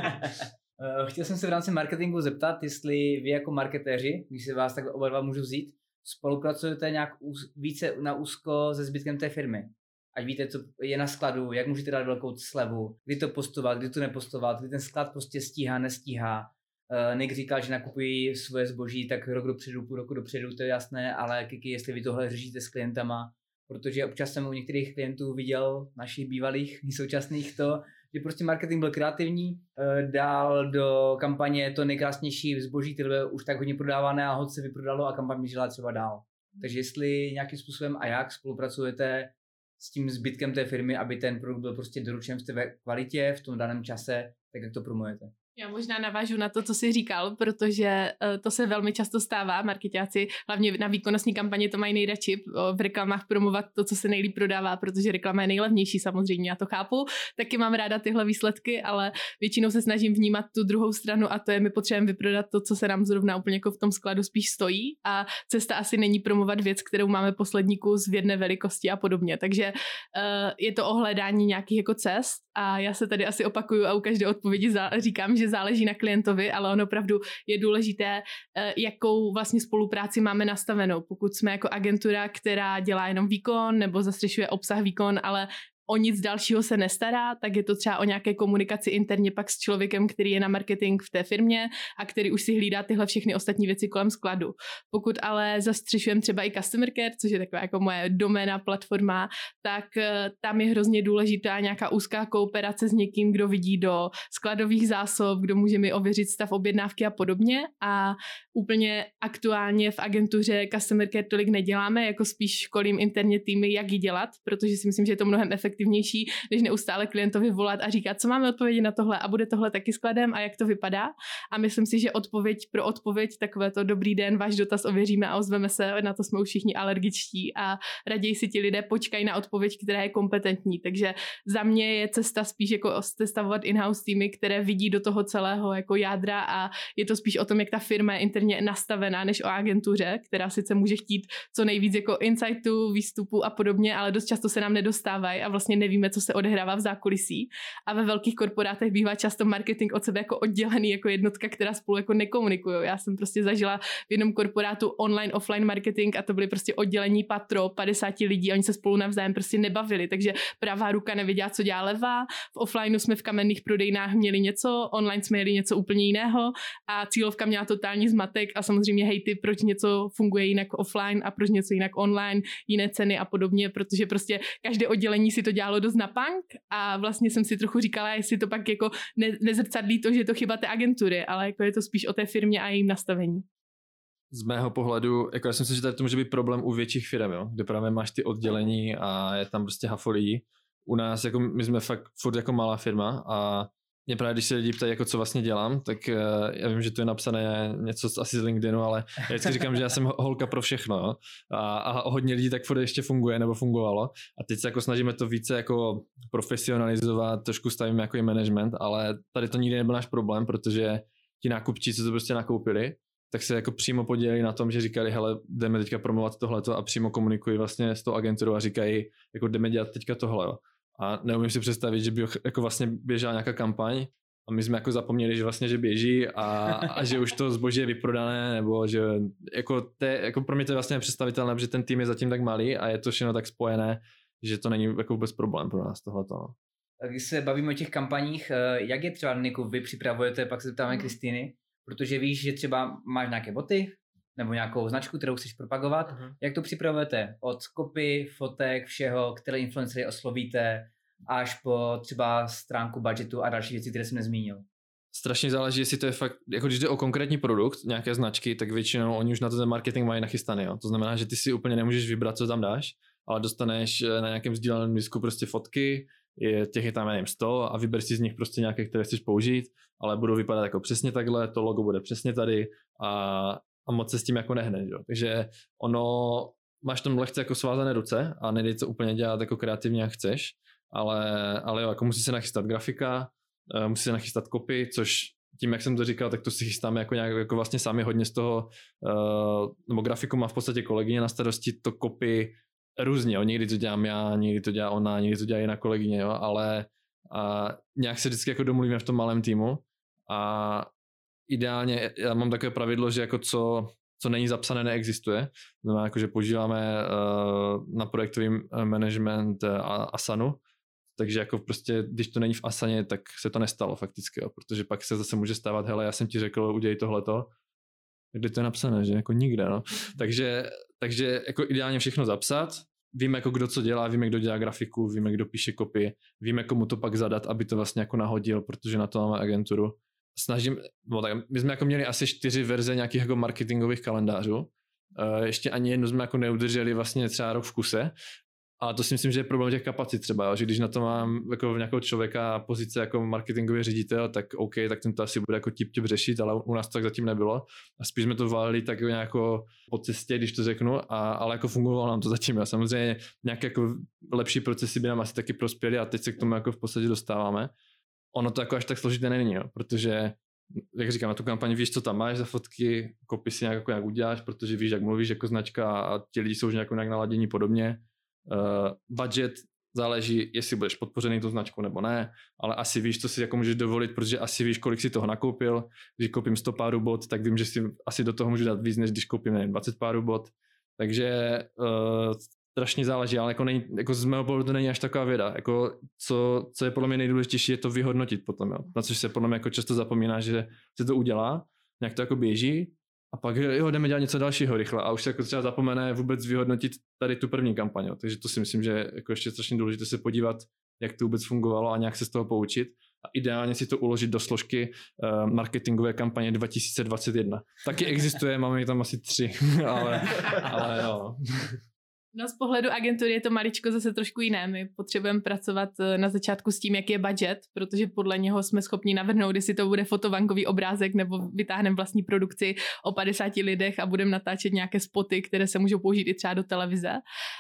Chtěl jsem se v rámci marketingu zeptat, jestli vy jako marketéři, když se vás tak oba dva můžu vzít, spolupracujete nějak více na úzko se zbytkem té firmy. Ať víte, co je na skladu, jak můžete dát velkou slevu, kdy to postovat, kdy to nepostovat, kdy ten sklad prostě stíhá, nestíhá. Nick říkal, že nakupují svoje zboží tak rok dopředu, půl roku dopředu, to je jasné, ale Kiki, jestli vy tohle řešíte s klientama, protože občas jsem u některých klientů viděl, našich bývalých, současných to, že prostě marketing byl kreativní, dal do kampaně to nejkrásnější zboží, které bylo už tak hodně prodávané a hod se vyprodalo a kampaň běžela třeba dál. Takže jestli nějakým způsobem a jak spolupracujete s tím zbytkem té firmy, aby ten produkt byl prostě doručen v té kvalitě, v tom daném čase, tak jak to promujete? Já možná navážu na to, co jsi říkal, protože to se velmi často stává. Marketáci, hlavně na výkonnostní kampaně, to mají nejradši v reklamách promovat to, co se nejlíp prodává, protože reklama je nejlevnější samozřejmě, já to chápu. Taky mám ráda tyhle výsledky, ale většinou se snažím vnímat tu druhou stranu a to je, my potřebujeme vyprodat to, co se nám zrovna úplně jako v tom skladu spíš stojí a cesta asi není promovat věc, kterou máme poslední kus v jedné velikosti a podobně. Takže je to o hledání nějakých jako cest a já se tady asi opakuju a u každé odpovědi říkám, že záleží na klientovi, ale on opravdu je důležité, jakou vlastně spolupráci máme nastavenou. Pokud jsme jako agentura, která dělá jenom výkon nebo zastřešuje obsah výkon, ale o nic dalšího se nestará, tak je to třeba o nějaké komunikaci interně pak s člověkem, který je na marketing v té firmě a který už si hlídá tyhle všechny ostatní věci kolem skladu. Pokud ale zastřešujeme třeba i customer care, což je taková jako moje doména, platforma, tak tam je hrozně důležitá nějaká úzká kooperace s někým, kdo vidí do skladových zásob, kdo může mi ověřit stav objednávky a podobně a úplně aktuálně v agentuře customer care tolik neděláme, jako spíš školím interně týmy, jak ji dělat, protože si myslím, že je to mnohem efektivnější, než neustále klientovi volat a říkat, co máme odpovědi na tohle a bude tohle taky skladem a jak to vypadá. A myslím si, že odpověď pro odpověď, takové to dobrý den, váš dotaz ověříme a ozveme se, na to jsme už všichni alergičtí a raději si ti lidé počkají na odpověď, která je kompetentní. Takže za mě je cesta spíš jako sestavovat in-house týmy, které vidí do toho celého jako jádra a je to spíš o tom, jak ta firma je interně nastavená, než o agentuře, která sice může chtít co nejvíc jako insightu, výstupu a podobně, ale dost často se nám nedostávají a vlastně nevíme, co se odehrává v zákulisí. A ve velkých korporátech bývá často marketing od sebe jako oddělený, jako jednotka, která spolu jako nekomunikují. Já jsem prostě zažila v jednom korporátu online, offline marketing a to byly prostě oddělení patro 50 lidí, oni se spolu navzájem prostě nebavili, takže pravá ruka nevěděla, co dělá levá. V offlineu jsme v kamenných prodejnách měli něco, online jsme měli něco úplně jiného a cílovka měla totální zmatek a samozřejmě hejty, proč něco funguje jinak offline a proč něco jinak online, jiné ceny a podobně, protože prostě každé oddělení si to dělalo dost na punk a vlastně jsem si trochu říkala, jestli to pak jako nezrcadlí to, že je to chyba té agentury, ale jako je to spíš o té firmě a jejím nastavení. Z mého pohledu, jako já si myslím, že tady to může být problém u větších firm, jo? Kde právě máš ty oddělení a je tam prostě hafo lidí. U nás, jako my jsme fakt furt jako malá firma a mě právě, když se lidi ptají, jako co vlastně dělám, tak já vím, že to je napsané něco asi z LinkedInu, ale já vždycky říkám, že já jsem holka pro všechno, jo? A hodně lidí tak furt ještě funguje nebo fungovalo a teď se jako snažíme to více jako profesionalizovat, trošku stavíme jako i management, ale tady to nikdy nebyl náš problém, protože ti nákupčí, co to prostě nakoupili, tak se jako přímo podělili na tom, že říkali, hele, jdeme teďka promovat tohleto a přímo komunikují vlastně s tou agenturou a říkají, jako jdeme dělat teďka tohle, jo. A neumím si představit, že by jako vlastně běžela nějaká kampaň a my jsme jako zapomněli, že vlastně, že běží a že už to zboží je vyprodané, nebo že jako pro mě to je vlastně nepředstavitelné, protože ten tým je zatím tak malý a je to všechno tak spojené, že to není jako vůbec problém pro nás tohleto. Když se bavíme o těch kampaních, jak je třeba, Niku, vy připravujete, pak se zeptáme Kristýny, protože víš, že třeba máš nějaké boty, nebo nějakou značku, kterou chceš propagovat. Jak to připravujete? Od copy, fotek, všeho, které influencery oslovíte, až po třeba stránku budgetu a další věci, které jsem nezmínil? Strašně záleží, jestli to je fakt, jako když jde o konkrétní produkt, nějaké značky, tak většinou oni už na to ten marketing mají nachystaný. Jo. To znamená, že ty si úplně nemůžeš vybrat, co tam dáš, ale dostaneš na nějakém sdíleném disku prostě fotky, těch je tam, nevím, 100 a vyber si z nich prostě nějaké, které chceš použít, ale budou vypadat jako přesně takhle, to logo bude přesně tady a moc se s tím jako nehneš. Jo. Takže máš tam lehce jako svázané ruce a nejde to úplně dělat jako kreativně, jak chceš, ale jo, jako musí se nachystat grafika, musí se nachystat copy, což tím, jak jsem to říkal, tak to si chystáme jako nějak jako vlastně sami hodně z toho, nebo grafiku má v podstatě kolegyně na starosti, to copy různě, jo. Někdy to dělám já, někdy to dělá ona, někdy to dělá jiná kolegyně, jo, ale nějak se vždycky jako domluvíme v tom malém týmu a ideálně, já mám takové pravidlo, že jako co není zapsané, neexistuje. Znamená, jako, že používáme na projektový management Asanu, takže jako prostě, když to není v Asaně, tak se to nestalo fakticky, jo, protože pak se zase může stávat, hele, já jsem ti řekl, udělej tohleto, kde to je napsané, že jako nikde, no. Takže jako ideálně všechno zapsat, víme jako kdo co dělá, víme kdo dělá grafiku, víme kdo píše copy, víme komu to pak zadat, aby to vlastně jako nahodil, protože na to máme agenturu. My jsme jako měli asi 4 verze nějakých jako marketingových kalendářů, ještě ani jednu jsme jako neudrželi vlastně třeba rok v kuse. A to si myslím, že je problém těch kapacit třeba, jo? Že když na to mám jako nějakého člověka pozice jako marketingový ředitel, tak OK, tak ten to asi bude jako tip řešit, ale u nás to tak zatím nebylo. A spíš jsme to valili tak nějako po cestě, když to řeknu, ale jako fungovalo nám to zatím. A samozřejmě nějaké jako lepší procesy by nám asi taky prospěly a teď se k tomu jako v podstatě dostáváme. Ono to jako až tak složité není, jo? Protože jak říkám, na tu kampaň víš, co tam máš za fotky, copy si nějak uděláš, protože víš, jak mluvíš jako značka a ti lidi jsou už nějak naladění podobně. Budget záleží, jestli budeš podpořený tu značku nebo ne, ale asi víš, co si jako můžeš dovolit, protože asi víš, kolik si toho nakoupil. Když koupím 100 párů bot, tak vím, že si asi do toho můžu dát víc, než když koupím 20 párů bot. Takže strašně záleží, ale jako, jako z mého pohledu to není až taková věda. Jako co je podle mě nejdůležitější, je to vyhodnotit potom. Jo. Na což se podle mě jako často zapomíná, že se to udělá, nějak to jako běží, a pak jdeme dělat něco dalšího rychle a už se jako třeba zapomene vůbec vyhodnotit tady tu první kampaň. Jo. Takže to si myslím, že je jako ještě strašně důležité se podívat, jak to vůbec fungovalo a nějak se z toho poučit. A ideálně si to uložit do složky marketingové kampaně 2021. Taky existuje, máme tam asi 3, ale jo. No z pohledu agentury je to maličko zase trošku jiné. My potřebujeme pracovat na začátku s tím, jaký je budget, protože podle něho jsme schopni navrhnout, jestli to bude fotobankový obrázek nebo vytáhneme vlastní produkci o 50 lidech a budeme natáčet nějaké spoty, které se můžou použít i třeba do televize.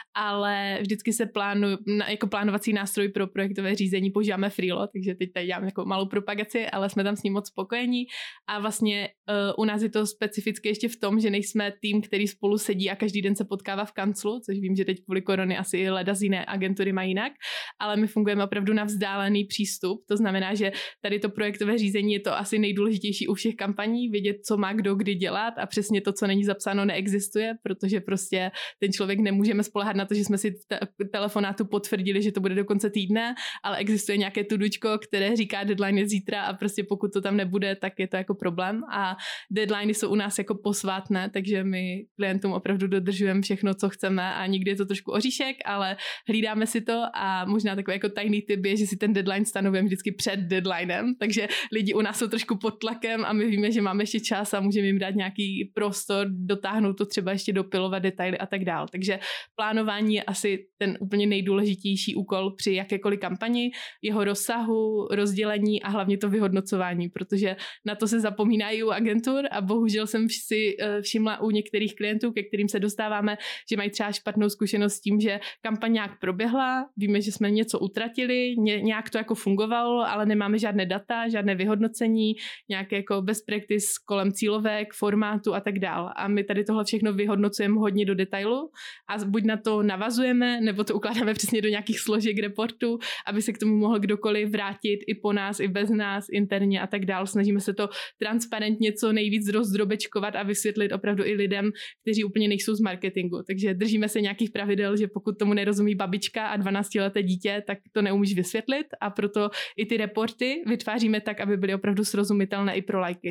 Ale vždycky se jako plánovací nástroj pro projektové řízení používáme Freelo, takže teď tady dělám jako malou propagaci, ale jsme tam s ním moc spokojení a vlastně u nás je to specifické ještě v tom, že nejsme tým, který spolu sedí a každý den se potkává v kanclu, což vím, že teď kvůli korony asi i leda z jiné agentury mají jinak, ale my fungujeme opravdu na vzdálený přístup. To znamená, že tady to projektové řízení je to asi nejdůležitější u všech kampaní, vědět, co má kdo kdy dělat a přesně to, co není zapsáno, neexistuje, protože prostě ten člověk nemůžeme spoléhat na to, že jsme si v telefonátu potvrdili, že to bude do konce týdne, ale existuje nějaké tudučko, které říká deadline je zítra a prostě pokud to tam nebude, tak je to jako problém a deadliny jsou u nás jako posvátné, takže my klientům opravdu dodržujeme všechno, co chceme a nikdy je to trošku oříšek, ale hlídáme si to a možná takový jako tajný tip je, že si ten deadline stanovujeme vždycky před deadlinem, takže lidi u nás jsou trošku pod tlakem a my víme, že máme ještě čas a můžeme jim dát nějaký prostor, dotáhnout to třeba ještě dopilovat detaily a tak dál. Takže plánování je asi ten úplně nejdůležitější úkol při jakékoliv kampani, jeho rozsahu, rozdělení a hlavně to vyhodnocování, protože na to se zapomínají u agentur a bohužel jsem si všimla u některých klientů, ke kterým se dostáváme, že mají třeba špatnou zkušenost s tím, že kampaň nějak proběhla, víme, že jsme něco utratili, nějak to jako fungovalo, ale nemáme žádné data, žádné vyhodnocení, nějaké jako best practice kolem cílovek, formátu a tak dál. A my tady tohle všechno vyhodnocujeme hodně do detailu a buď na to navazujeme, nebo to ukládáme přesně do nějakých složek reportu, aby se k tomu mohl kdokoliv vrátit i po nás, i bez nás, interně a tak dál. Snažíme se to transparentně co nejvíc rozdrobečkovat a vysvětlit opravdu i lidem, kteří úplně nejsou z marketingu. Takže držíme se nějakých pravidel, že pokud tomu nerozumí babička a 12leté dítě, tak to neumíš vysvětlit a proto i ty reporty vytváříme tak, aby byly opravdu srozumitelné i pro lajky.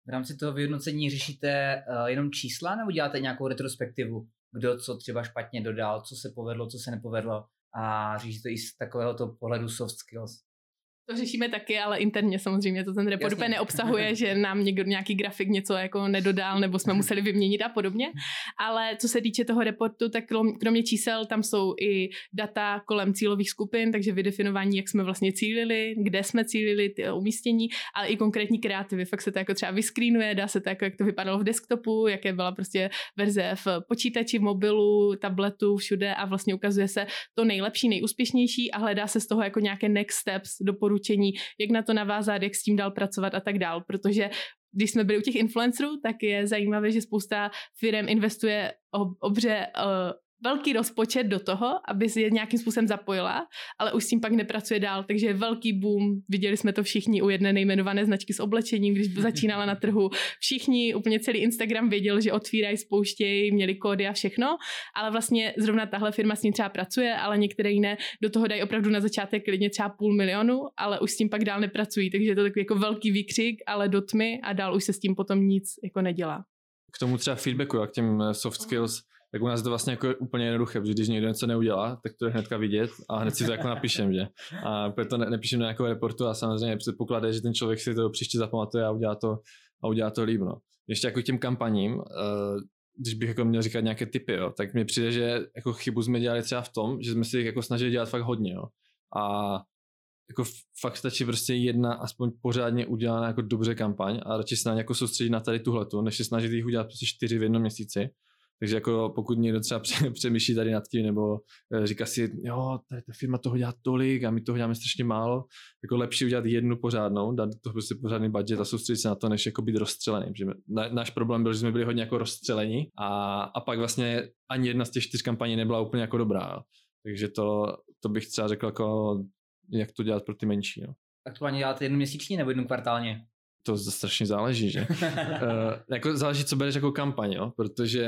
V rámci toho vyhodnocení řešíte jenom čísla nebo děláte nějakou retrospektivu? Kdo co třeba špatně dodal, co se povedlo, co se nepovedlo a řešíte to i z takovéhoto pohledu soft skills? To řešíme taky, ale interně samozřejmě to ten report úplně neobsahuje, že nám někdo, nějaký grafik něco jako nedodal nebo jsme museli vyměnit a podobně. Ale co se týče toho reportu, tak kromě čísel tam jsou i data kolem cílových skupin, takže vydefinování, jak jsme vlastně cílili, kde jsme cílili, ty umístění, ale i konkrétní kreativy. Fakt se to jako třeba vyscreenuje, dá se to jako, jak to vypadalo v desktopu, jaké byla prostě verze v počítači, v mobilu, tabletu, všude a vlastně ukazuje se to nejlepší, nejúspěšnější a hledá se z toho jako nějaké next steps, doporučení, jak na to navázat, jak s tím dál pracovat a tak dál, protože když jsme byli u těch influencerů, tak je zajímavé, že spousta firem investuje velký rozpočet do toho, aby si je nějakým způsobem zapojila, ale už s tím pak nepracuje dál, takže je velký boom. Viděli jsme to všichni u jedné nejmenované značky s oblečením, když začínala na trhu. Všichni, úplně celý Instagram věděl, že otvírají, spouštějí, měli kódy a všechno, ale vlastně zrovna tahle firma s ním třeba pracuje, ale některé jiné do toho dají opravdu na začátek klidně třeba 500 000, ale už s tím pak dál nepracují, takže je to takový jako velký výkřik, ale do tmy a dál už se s tím potom nic jako nedělá. K tomu třeba feedbacku a k těm soft skills, tak u nás to vlastně jako úplně jednoduché, protože když někdo něco neudělá, tak to je hnedka vidět a hned si to jako napíšem, že? A proto nepíšem na nějakou reportu a samozřejmě předpokládá, že ten člověk si to příště zapamatuje a udělá to líp, no. Ještě jako k těm kampaním, když bych jako měl říkat nějaké tipy, jo, tak mně přijde, že jako chybu jsme dělali třeba v tom, že jsme si jako snažili dělat fakt hodně, jo. A jako fakt stačí prostě jedna aspoň pořádně udělaná jako dobře kampaň a radši se na ně jako soustředit na tady tuhletu, než se snažit jich udělat prostě 4 v jednom měsíci. Takže jako pokud někdo třeba přemýšlí tady nad tím nebo říká si, jo, tady ta firma toho dělá tolik a my toho děláme strašně málo, jako lepší udělat jednu pořádnou, dát to prostě pořádný budget a soustředit se na to, než jako být rozstřelený. Protože náš problém byl, že jsme byli hodně jako rozstřelení a pak vlastně ani jedna z těch 4 kampaní nebyla úplně jako dobrá. Takže to bych třeba řekl jako, jak to dělat pro ty menší. No. Aktuálně děláte jednu měsíčně nebo jednu kvartálně? To strašně záleží, že? Jako záleží, co bereš jako kampaň, jo? Protože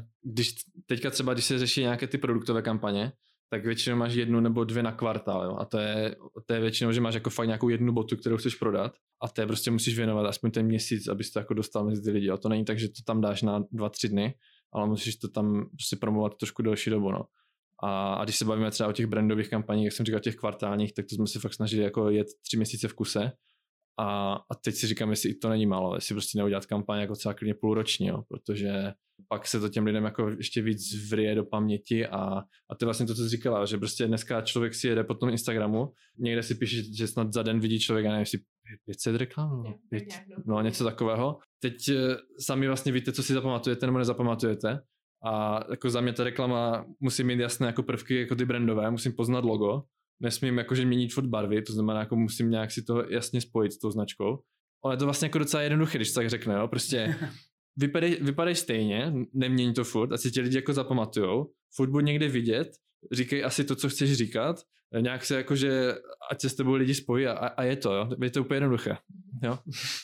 když se řeší nějaké ty produktové kampaně, tak většinou máš 1 nebo 2 na kvartál, jo? A to je většinou, že máš jako fakt nějakou jednu botu, kterou chceš prodat a té prostě musíš věnovat aspoň ten měsíc, abys to jako dostal mezi ty lidi. A to není tak, že to tam dáš na 2-3 dny, ale musíš to tam prostě promovat trošku delší dobu, no. A když se bavíme třeba o těch brandových kampaních, jak jsem říkal, těch kvartálních, tak to jsme si fakt snažili jako jet 3 měsíce v kuse. A teď si říkám, jestli i to není málo, jestli prostě neudělat kampaň jako třeba klidně půlroční, jo, protože pak se to těm lidem jako ještě víc vryje do paměti a to je vlastně to, co jsi říkala, že prostě dneska člověk si jede po tom Instagramu, někde si píše, že snad za den vidí člověk, a nevím, jestli 500 reklam, no něco takového. Teď sami vlastně víte, co si zapamatujete nebo nezapamatujete a jako za mě ta reklama musí mít jasné jako prvky jako ty brandové, musím poznat logo, nesmím jakože měnit furt barvy, to znamená, jako musím nějak si to jasně spojit s tou značkou. Ale je to vlastně jako docela jednoduché, když to tak řekne, jo? Prostě vypadej stejně, neměň to furt, ať si ti lidi jako zapamatujou, furt buď někde vidět, říkej asi to, co chceš říkat, nějak se jakože, ať se s tebou lidi spojí a je to, jo? Je to úplně jednoduché, jo?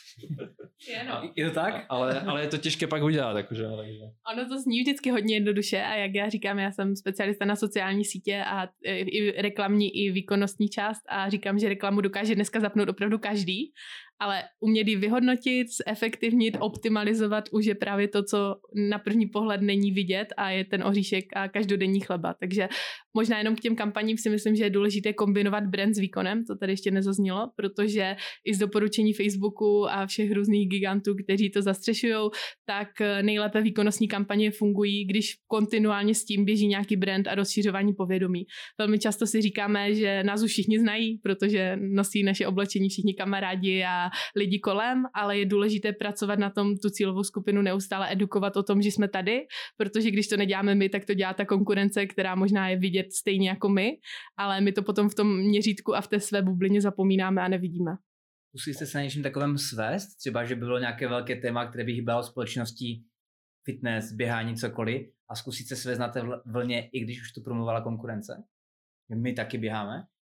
Je to tak? Ale je to těžké pak udělat, jakože. Ono to zní vždycky hodně jednoduše a jak já říkám, já jsem specialista na sociální sítě a i reklamní, i výkonnostní část a říkám, že reklamu dokáže dneska zapnout opravdu každý, ale umět ji vyhodnotit, zefektivnit, optimalizovat už je právě to, co na první pohled není vidět a je ten oříšek a každodenní chleba. Takže možná jenom k těm kampaním si myslím, že je důležité kombinovat brand s výkonem, to tady ještě nezaznělo, protože i z doporučení Facebooku a všech různých gigantů, kteří to zastřešujou, tak nejlépe výkonnostní kampaně fungují, když kontinuálně s tím běží nějaký brand a rozšiřování povědomí. Velmi často si říkáme, že nás už všichni znají, protože nosí naše oblečení všichni kamarádi a lidi kolem, ale je důležité pracovat na tom, tu cílovou skupinu neustále edukovat o tom, že jsme tady, protože když to neděláme my, tak to dělá ta konkurence, která možná je vidět stejně jako my, ale my to potom v tom měřítku a v té své bublině zapomínáme a nevidíme. Zkusíte se na něčím takovém svést? Třeba, že by bylo nějaké velké téma, které by hýbalo společností, fitness, běhání, cokoliv a zkusit se svést na té vlně, i když už to promovala konkurence? My taky běháme?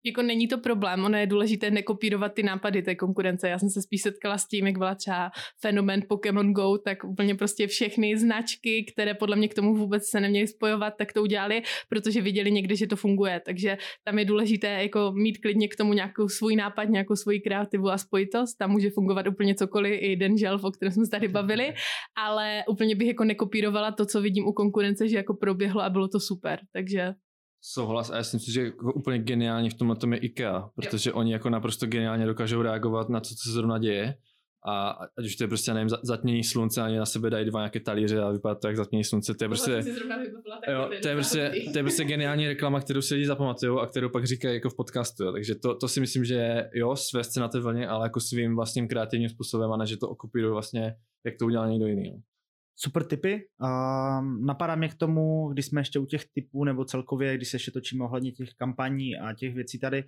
Jako není to problém, ono je důležité nekopírovat ty nápady té konkurence. Já jsem se spíš setkala s tím, jak byla třeba fenomén Pokémon Go, tak úplně prostě všechny značky, které podle mě k tomu vůbec se neměly spojovat, tak to udělali, protože viděli někde, že to funguje. Takže tam je důležité jako mít klidně k tomu nějakou svůj nápad, nějakou svoji kreativu a spojitost. Tam může fungovat úplně cokoliv, i den želv, o kterém jsme se tady bavili, ale úplně bych jako nekopírovala to, co vidím u konkurence, že jako proběhlo a bylo to super. Takže souhlas a já si myslím, že jako úplně geniální v tomhle tom je IKEA, protože oni jako naprosto geniálně dokážou reagovat na to, co se zrovna děje a ať už to je prostě, nevím, zatmění slunce, ani na sebe dají 2 nějaké talíře a vypadá to jak zatmění slunce, to je prostě, jo, to je prostě geniální reklama, kterou si lidi zapamatujou a kterou pak říkají jako v podcastu, jo. Takže to si myslím, že jo, svést se na té vlně, ale jako svým vlastním kreativním způsobem a ne, že to okupírují vlastně, jak to udělal někdo jiný. Jo. Super tipy. Napadá mě k tomu, když jsme ještě u těch typů, nebo celkově, když se ještě točíme ohledně těch kampaní a těch věcí tady,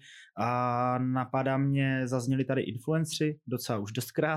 napadá mě, zazněli tady influenceri, docela už dostkrát,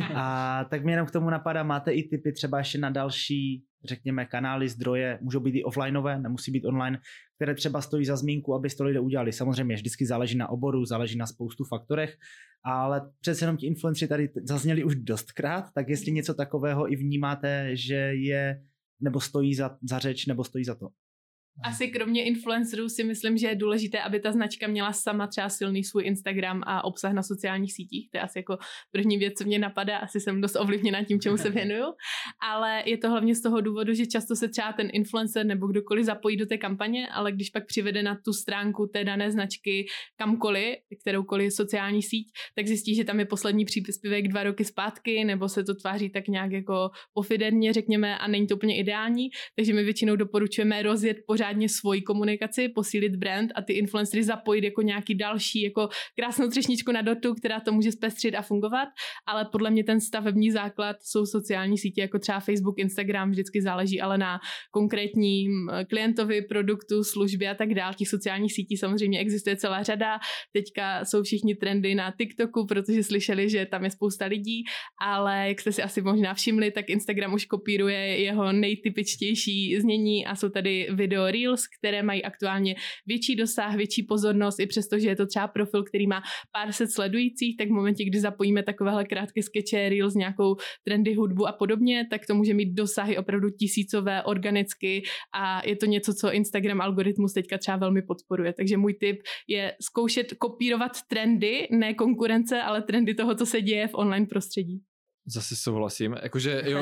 tak mě jenom k tomu napadá, máte i tipy třeba ještě na další, řekněme, kanály, zdroje, můžou být i offlineové, nemusí být online, které třeba stojí za zmínku, aby to lidé udělali. Samozřejmě vždycky záleží na oboru, záleží na spoustu faktorech, ale přece jenom ti influenceri tady zazněli už dostkrát, tak jestli něco takového i vnímáte, že je, nebo stojí za řeč, nebo stojí za to. Asi kromě influencerů si myslím, že je důležité, aby ta značka měla sama třeba silný svůj Instagram a obsah na sociálních sítích. To je asi jako první věc, co mě napadá. Asi jsem dost ovlivněna tím, čemu se věnuju. Ale je to hlavně z toho důvodu, že často se třeba ten influencer nebo kdokoliv zapojí do té kampaně, ale když pak přivede na tu stránku té dané značky kamkoliv, kteroukoliv sociální síť, tak zjistí, že tam je poslední příspěvek 2 roky zpátky, nebo se to tváří tak nějak jako pofiderně, řekněme, a není to úplně ideální. Takže my většinou doporučujeme rozjet pořád svoji komunikaci, posílit brand a ty influencery zapojit jako nějaký další jako krásnou třešničku na dortu, která to může zpestřit a fungovat, ale podle mě ten stavební základ jsou sociální sítě jako třeba Facebook, Instagram, vždycky záleží ale na konkrétním klientovi, produktu, službě a tak dál. Těch sociálních sítí samozřejmě existuje celá řada. Teďka jsou všichni trendy na TikToku, protože slyšeli, že tam je spousta lidí, ale jak jste si asi možná všimli, tak Instagram už kopíruje jeho nejtypičtější znění a jsou tady video Reels, které mají aktuálně větší dosah, větší pozornost, i přesto, že je to třeba profil, který má pár set sledujících, tak v momentě, kdy zapojíme takovéhle krátké skeče, Reels, nějakou trendy hudbu a podobně, tak to může mít dosahy opravdu tisícové, organicky a je to něco, co Instagram algoritmus teďka třeba velmi podporuje. Takže můj tip je zkoušet kopírovat trendy, ne konkurence, ale trendy toho, co se děje v online prostředí. Zase souhlasím, jakože jo,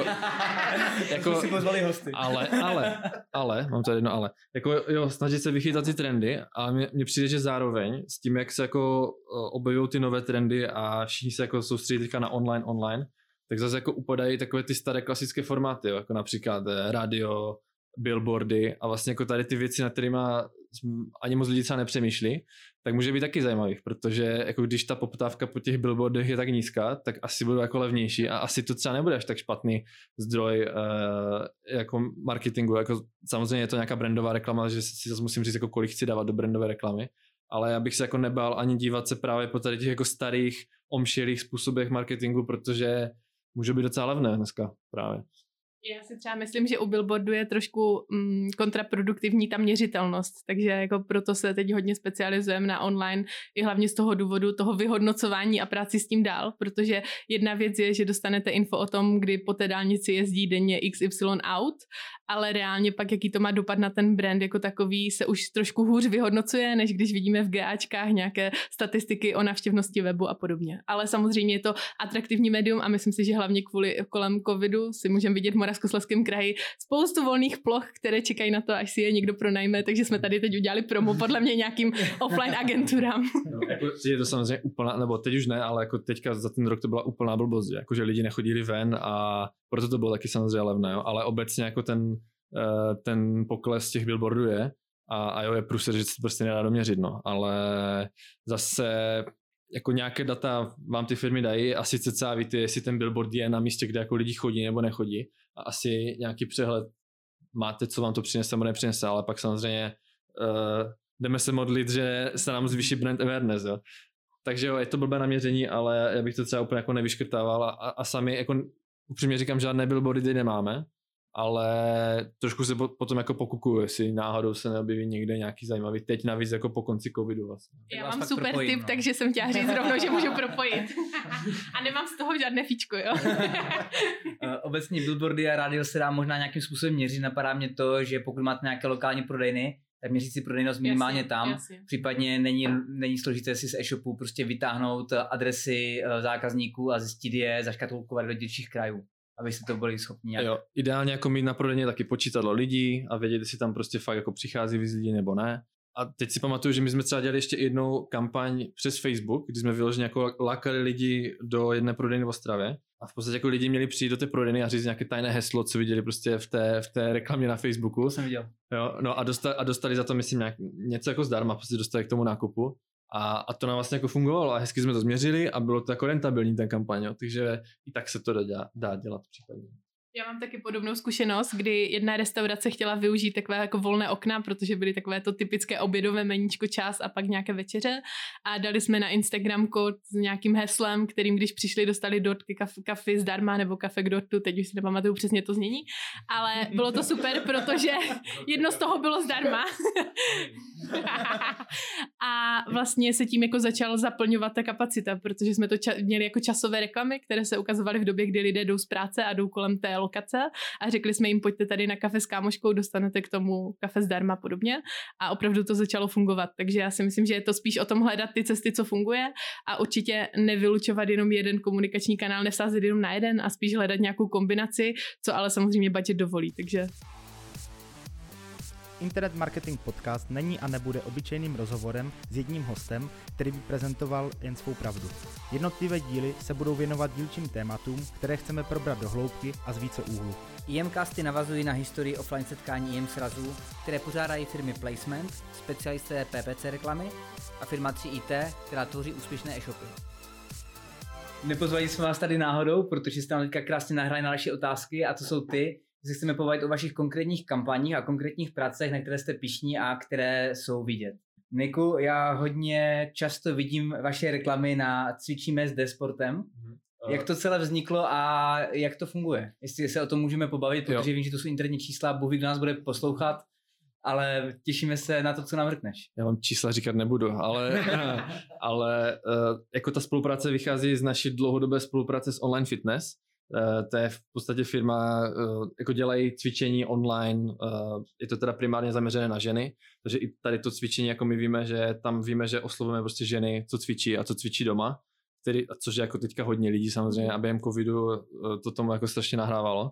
jako, si pozvali hosty. ale, mám tady jedno ale, jako jo, snažit se vychytat ty trendy, ale mně přijde, že zároveň s tím, jak se jako objevují ty nové trendy a všichni se jako soustředí teďka na online, tak zase jako upadají takové ty staré klasické formáty, jo, jako například radio, billboardy a vlastně jako tady ty věci, nad kterými ani moc lidí třeba nepřemýšlí, tak může být taky zajímavých, protože jako když ta poptávka po těch billboardech je tak nízká, tak asi budou jako levnější a asi to třeba nebude až tak špatný zdroj jako marketingu, jako samozřejmě je to nějaká brandová reklama, že si zase musím říct, jako kolik chci dávat do brandové reklamy, ale já bych se jako nebál ani dívat se právě po tady těch jako starých omšělých způsobech marketingu, protože může být docela levné dneska právě. Já si třeba myslím, že u billboardu je trošku kontraproduktivní ta měřitelnost, takže jako proto se teď hodně specializujeme na online i hlavně z toho důvodu toho vyhodnocování a práci s tím dál, protože jedna věc je, že dostanete info o tom, kdy po té dálnici jezdí denně XY aut, ale reálně pak, jaký to má dopad na ten brand jako takový, se už trošku hůř vyhodnocuje, než když vidíme v GAčkách nějaké statistiky o návštěvnosti webu a podobně. Ale samozřejmě je to atraktivní médium a myslím si, že hlavně kvůli kolem covidu si můžeme vidět v Moravskoslezském kraji spoustu volných ploch, které čekají na to, až si je někdo pronajme, takže jsme tady teď udělali promo podle mě nějakým offline agenturám. No, jako je to samozřejmě úplná, nebo teď už ne, ale jako teďka za ten rok to byla úplná blbost, jako že lidi nechodili ven a proto to bylo taky samozřejmě levné, jo? Ale obecně jako ten pokles těch billboardů je a jo, je průser, že se to prostě nedá doměřit, no, ale zase jako nějaké data vám ty firmy dají, asi cca víte, jestli ten billboard je na místě, kde jako lidi chodí nebo nechodí a asi nějaký přehled máte, co vám to přinese nebo nepřinese, ale pak samozřejmě jdeme se modlit, že se nám zvýší brand awareness, jo. Takže jo, je to blbé naměření, ale já bych to třeba úplně jako nevyškrtával a sami jako upřímně říkám, žádné billboardy nemáme, ale trošku se potom jako pokukuju, jestli náhodou se neobjeví někde nějaký zajímavý, teď navíc jako po konci covidu vlastně. Já mám super tip, takže jsem chtěla říct rovnou, že můžu propojit. A nemám z toho žádné fíčko, jo. Obecně billboardy a rádio se dá možná nějakým způsobem měřit, napadá mě to, že pokud máte nějaké lokální prodejny, tak měřit si prodejnost minimálně tam, jasně. Případně není složité si z e-shopu prostě vytáhnout adresy zákazníků a zjistit je, zaškatulkovat do dětších krajů, abyste to byli schopni nějak. Jo, ideálně jako mít na prodejně taky počítadlo lidí a vědět, jestli tam prostě fakt jako přichází víc lidí nebo ne. A teď si pamatuju, že my jsme třeba dělali ještě jednou kampaň přes Facebook, kdy jsme vyloženě jako lákali lidi do jedné prodejny v Ostravě. A v podstatě jako lidi měli přijít do té prodejny a říct nějaké tajné heslo, co viděli prostě v té reklamě na Facebooku. To jsem viděl. Jo, no a dostali za to, myslím, něco jako zdarma, prostě dostali k tomu nákupu. A to nám vlastně jako fungovalo a hezky jsme to změřili a bylo to jako rentabilní ten kampaň, jo. Takže i tak se to dá dělat případně. Já mám taky podobnou zkušenost, kdy jedna restaurace chtěla využít takové jako volné okna, protože byly takové to typické obědové meníčko čas a pak nějaké večeře a dali jsme na Instagram kód s nějakým heslem, kterým když přišli dostali dortky kafy zdarma nebo kafe k dortu, teď už si nepamatuju přesně to znění, ale bylo to super, protože jedno z toho bylo zdarma. A vlastně se tím jako začal zaplňovat ta kapacita, protože jsme to měli jako časové reklamy, které se ukazovaly v době, kdy lidé jdou z práce a jdou kolem té lokace a řekli jsme jim, pojďte tady na kafe s kámoškou, dostanete k tomu kafe zdarma a podobně a opravdu to začalo fungovat, takže já si myslím, že je to spíš o tom hledat ty cesty, co funguje a určitě nevylučovat jenom jeden komunikační kanál, nesázet jenom na jeden a spíš hledat nějakou kombinaci, co ale samozřejmě budget dovolí, takže Internet Marketing Podcast není a nebude obyčejným rozhovorem s jedním hostem, který by prezentoval jen svou pravdu. Jednotlivé díly se budou věnovat dílčím tématům, které chceme probrat do hloubky a z více úhlů. IMcasty navazují na historii offline setkání IM srazů, které pořádají firmy Placement, specialisté PPC reklamy a firma 3IT, která tvoří úspěšné e-shopy. Nepozvali jsme vás tady náhodou, protože jste nám teďka krásně nahráli na naše otázky a to jsou ty, že chceme povědět o vašich konkrétních kampaních a konkrétních pracech, na které jste pyšní a které jsou vidět. Niku, já hodně často vidím vaše reklamy na Cvičíme s D-sportem. Jak to celé vzniklo a jak to funguje? Jestli se o tom můžeme pobavit, protože vím, že to jsou interní čísla, Bůh ví, kdo nás bude poslouchat, ale těšíme se na to, co nám řekneš. Já vám čísla říkat nebudu, ale jako ta spolupráce vychází z naší dlouhodobé spolupráce s Online Fitness. To je v podstatě firma, jako dělají cvičení online, je to teda primárně zaměřené na ženy, takže i tady to cvičení, jako my víme, že oslovujeme prostě ženy, co cvičí a co cvičí doma, což je jako teďka hodně lidí samozřejmě a během covidu to tomu jako strašně nahrávalo.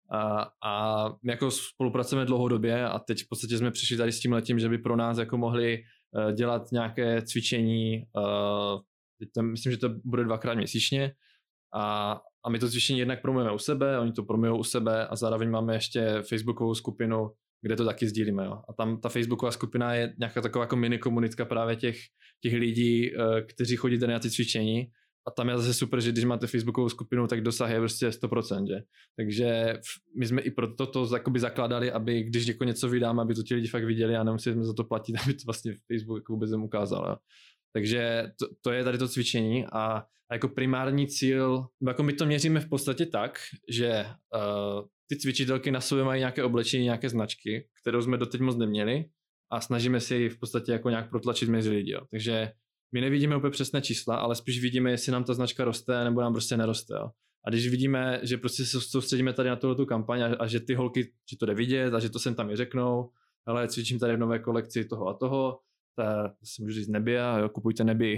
A my jako spolupracujeme dlouhodobě a teď v podstatě jsme přišli tady s tím letím, že by pro nás jako mohli dělat nějaké cvičení, myslím, že to bude 2x měsíčně a my to cvičení jednak promujeme u sebe, oni to promují u sebe a zároveň máme ještě facebookovou skupinu, kde to taky sdílíme. Jo. A tam ta facebooková skupina je nějaká taková jako mini komunitka právě těch lidí, kteří chodí tady na ty cvičení. A tam je zase super, že když máte facebookovou skupinu, tak dosah je prostě 100%. Že? Takže my jsme i proto to zakládali, aby když jako něco vydáme, aby to ti lidi fakt viděli a nemuseli jsme za to platit, aby to vlastně Facebook vůbec jim ukázal. Jo. Takže to je tady to cvičení a jako primární cíl, jako my to měříme v podstatě tak, že ty cvičitelky na sobě mají nějaké oblečení, nějaké značky, kterou jsme doteď moc neměli a snažíme si ji v podstatě jako nějak protlačit mezi lidi. Jo. Takže my nevidíme úplně přesné čísla, ale spíš vidíme, jestli nám ta značka roste nebo nám prostě neroste. Jo. A když vidíme, že prostě se soustředíme tady na tu kampaň a že ty holky, že to jde vidět a že to sem tam i řeknou, ale cvičím tady v nové kolekci toho a toho, si můžu říct Nebia, jo, kupujte Nebii.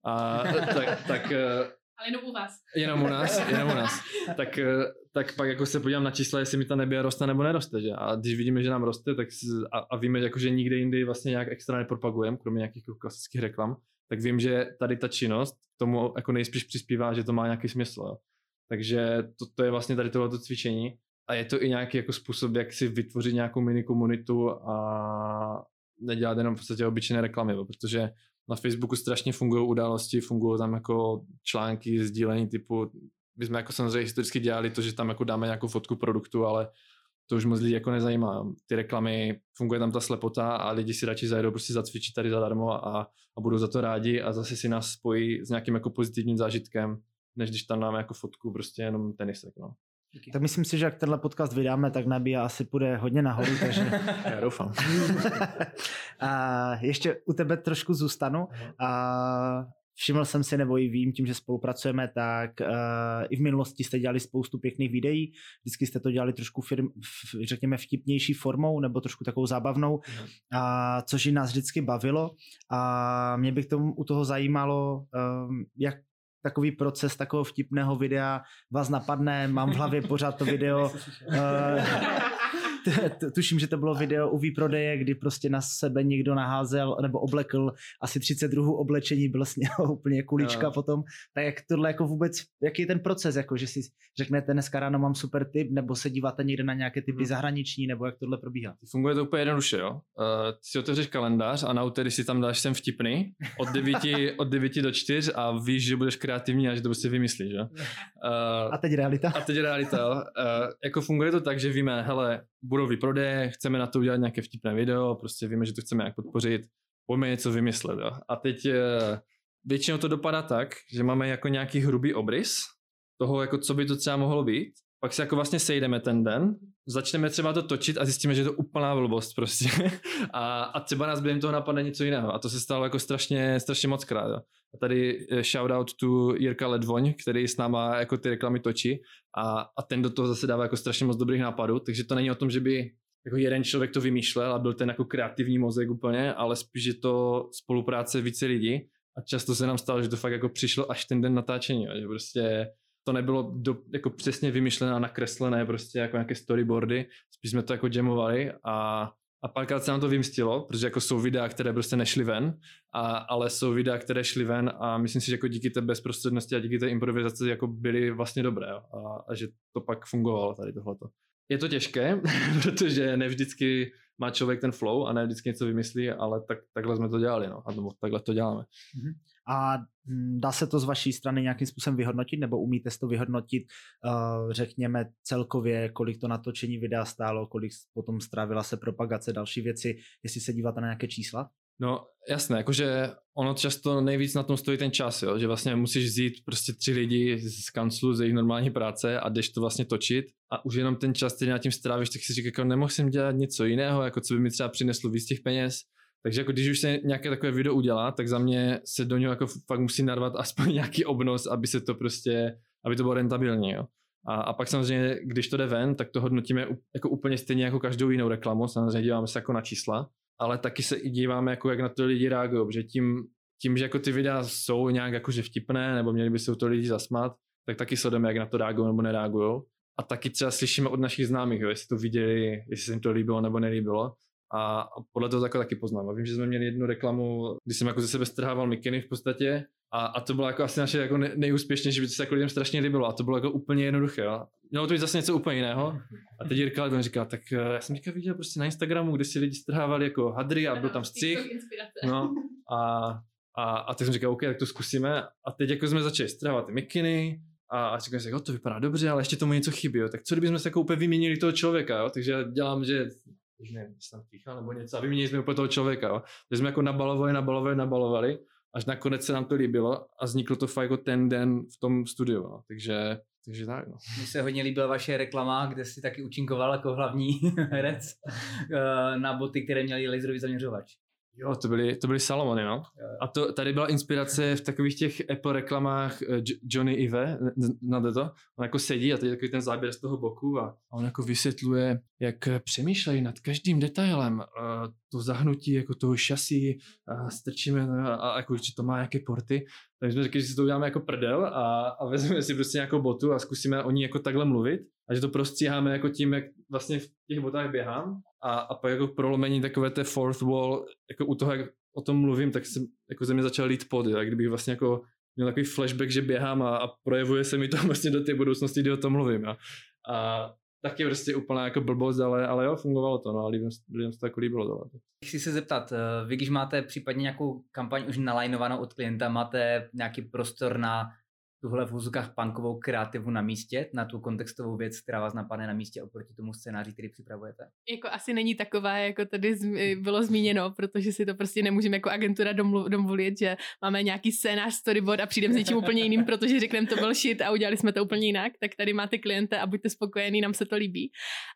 Tak ale jenom u vás. Jenom u nás. Tak pak jako se podívám na čísla, jestli mi ta Nebia roste nebo neroste. Že? A když vidíme, že nám roste, tak a víme, jako, že nikde jindy vlastně nějak extra nepropagujeme, kromě nějakých klasických reklam, tak vím, že tady ta činnost tomu jako nejspíš přispívá, že to má nějaký smysl. Jo. Takže to je vlastně tady tohleto cvičení a je to i nějaký jako způsob, jak si vytvořit nějakou mini komunitu a nedělat jenom v podstatě obyčejné reklamy, protože na Facebooku strašně fungují události, fungují tam jako články, sdílení typu, my jsme jako samozřejmě historicky dělali to, že tam jako dáme nějakou fotku produktu, ale to už moc lidí jako nezajímá. Ty reklamy, funguje tam ta slepota a lidi si radši zajedou prostě zacvičit tady zadarmo a budou za to rádi a zase si nás spojí s nějakým jako pozitivním zážitkem, než když tam dáme jako fotku prostě jenom tenisek. No. Tak myslím si, že jak tenhle podcast vydáme, tak nabíja asi půjde hodně nahoru, takže... Já doufám. A ještě u tebe trošku zůstanu. A všiml jsem si, nebo i vím, tím, že spolupracujeme, tak i v minulosti jste dělali spoustu pěkných videí, vždycky jste to dělali trošku řekněme vtipnější formou, nebo trošku takovou zábavnou, což i nás vždycky bavilo. A mě by k tomu u toho zajímalo, jak takový proces takového vtipného videa vás napadne, mám v hlavě pořád to video, tuším, že to bylo video u výprodeje, kdy prostě na sebe někdo naházel nebo oblekl asi 32 oblečení, bylo s něho úplně kulička potom. Tak jak tohle jako vůbec, jaký je ten proces, jako že si řeknete dneska ráno mám super tip, nebo se díváte někde na nějaké typy zahraniční, nebo jak tohle probíhá? Funguje to úplně jednoduše, jo. Ty si otevřeš kalendář a na úterý si tam dáš sem vtipný od 9 do 4 a víš, že budeš kreativní a že to prostě vymyslíš, jo. A teď realita? Jo. Jako funguje to tak, že víme, hele, budou výprodeje, chceme na to udělat nějaké vtipné video, prostě víme, že to chceme nějak podpořit, pojďme něco vymyslet. Jo. A teď většinou to dopadá tak, že máme jako nějaký hrubý obrys toho, jako co by to třeba mohlo být, pak si jako vlastně sejdeme ten den, začneme třeba to točit a zjistíme, že je to úplná blbost prostě. a třeba nás během toho napadne něco jiného. A to se stalo jako strašně moc krát. Jo. A tady shoutout tu Jirka Ledvoň, který s náma jako ty reklamy točí a ten do toho zase dává jako strašně moc dobrých nápadů, takže to není o tom, že by jako jeden člověk to vymýšlel a byl ten jako kreativní mozek úplně, ale spíš je to spolupráce více lidí a často se nám stalo, že to fakt jako přišlo až ten den natáčení, jo, že prostě to nebylo jako přesně vymyšlené a nakreslené prostě jako nějaké storyboardy, spíš jsme to jako jamovali a párkrát se nám to vymstilo, protože jako jsou videa, které prostě nešly ven, ale jsou videa, které šly ven a myslím si, že jako díky té bezprostřednosti a díky té improvizaci jako byly vlastně dobré, jo, a že to pak fungovalo tady tohleto. Je to těžké, protože ne vždycky má člověk ten flow a ne vždycky něco vymyslí, ale takhle jsme to dělali, no, a takhle to děláme. A dá se to z vaší strany nějakým způsobem vyhodnotit, nebo umíte to vyhodnotit, řekněme celkově, kolik to natočení videa stálo, kolik potom strávila se propagace, další věci, jestli se díváte na nějaké čísla? No jasné, jakože ono často nejvíc na tom stojí ten čas, jo? Že vlastně musíš vzít prostě 3 lidi z kanclu, z jejich normální práce a jdeš to vlastně točit a už jenom ten čas, který na tím strávíš, tak si říkáš, jako nemohl jsem dělat něco jiného, jako co by mi třeba přineslo víc těch peněz. Takže jako když už se nějaké takové video udělá, tak za mě se do něho jako fakt musí narvat aspoň nějaký obnos, aby se to prostě, aby to bylo rentabilní, jo. A pak samozřejmě, když to jde ven, tak to hodnotíme jako úplně stejně jako každou jinou reklamu, samozřejmě díváme se jako na čísla, ale taky se i díváme, jako jak na to lidi reagují, protože tím, že jako ty videa jsou nějak jakože vtipné, nebo měli by se to lidi zasmát, tak taky sledujeme, jak na to reagují nebo nereagují. A taky třeba slyšíme od našich známých, jo, jestli to viděli, jestli se jim to líbilo nebo nelíbilo. A podle toho taky poznám. A vím, že jsme měli jednu reklamu, kdy jsem jako ze sebe strhával mikiny v podstatě a to bylo jako asi naše jako nejúspěšnější, že to se jako lidem strašně líbilo a to bylo jako úplně jednoduché. Jo. Mělo to být zase něco úplně jiného. A teď Jirka Ledvoň říká, tak já jsem teďka viděl prostě na Instagramu, kde si lidi strhávali jako hadry a byl tam střih. No a tak jsem říkal, OK, tak to zkusíme. A teď jako jsme začali strhávat ty mikiny a říkám si, to vypadá dobře, ale ještě tomu něco chybí. Jo. Tak co kdybychom se jako úplně vyměnili toho člověka, jo? Takže dělám, že nevím, jestli tam píchal nebo něco a vyměnili jsme úplně toho člověka, jo. Takže jsme jako nabalovali, až nakonec se nám to líbilo a vzniklo to fakt jako ten den v tom studiu, no. Takže tak, no. Mně se hodně líbila vaše reklama, kde jsi taky účinkoval jako hlavní herec na boty, které měly laserový zaměřovač. Jo, to byly Salomony, no. A tady byla inspirace v takových těch Apple reklamách Johnny Ive, znáte to? On jako sedí a teď takový ten záběr z toho boku a on jako vysvětluje, jak přemýšlejí nad každým detailem. To zahnutí jako toho šasí strčíme a jako, že to má nějaké porty. Tak jsme řekli, že si to uděláme jako prdel a vezmeme si prostě nějakou botu a zkusíme o ní jako takhle mluvit a že to prostříháme jako tím, jak vlastně v těch botách běhám a pak jako prolomení takové té fourth wall, jako u toho, jak o tom mluvím, tak jsem jako ze mě začal lít pot, tak kdybych vlastně jako měl takový flashback, že běhám a projevuje se mi to vlastně do té budoucnosti, kdy o tom mluvím. A taky prostě úplná jako blbost, ale jo, fungovalo to, no a lidem se to jako líbilo tohle. Chci se zeptat, vy když máte případně nějakou kampaň už nalajnovanou od klienta, máte nějaký prostor na tuhle v úzkách punkovou kreativu na místě, na tu kontextovou věc, která vás napadne na místě oproti tomu scénáři, který připravujete? Jako asi není taková, jako tady bylo zmíněno, protože si to prostě nemůžeme jako agentura domlulit, že máme nějaký scénář, storyboard a přijdeme s něčím úplně jiným, protože řekneme to byl shit a udělali jsme to úplně jinak, tak tady máte klienta a buďte spokojení, nám se to líbí.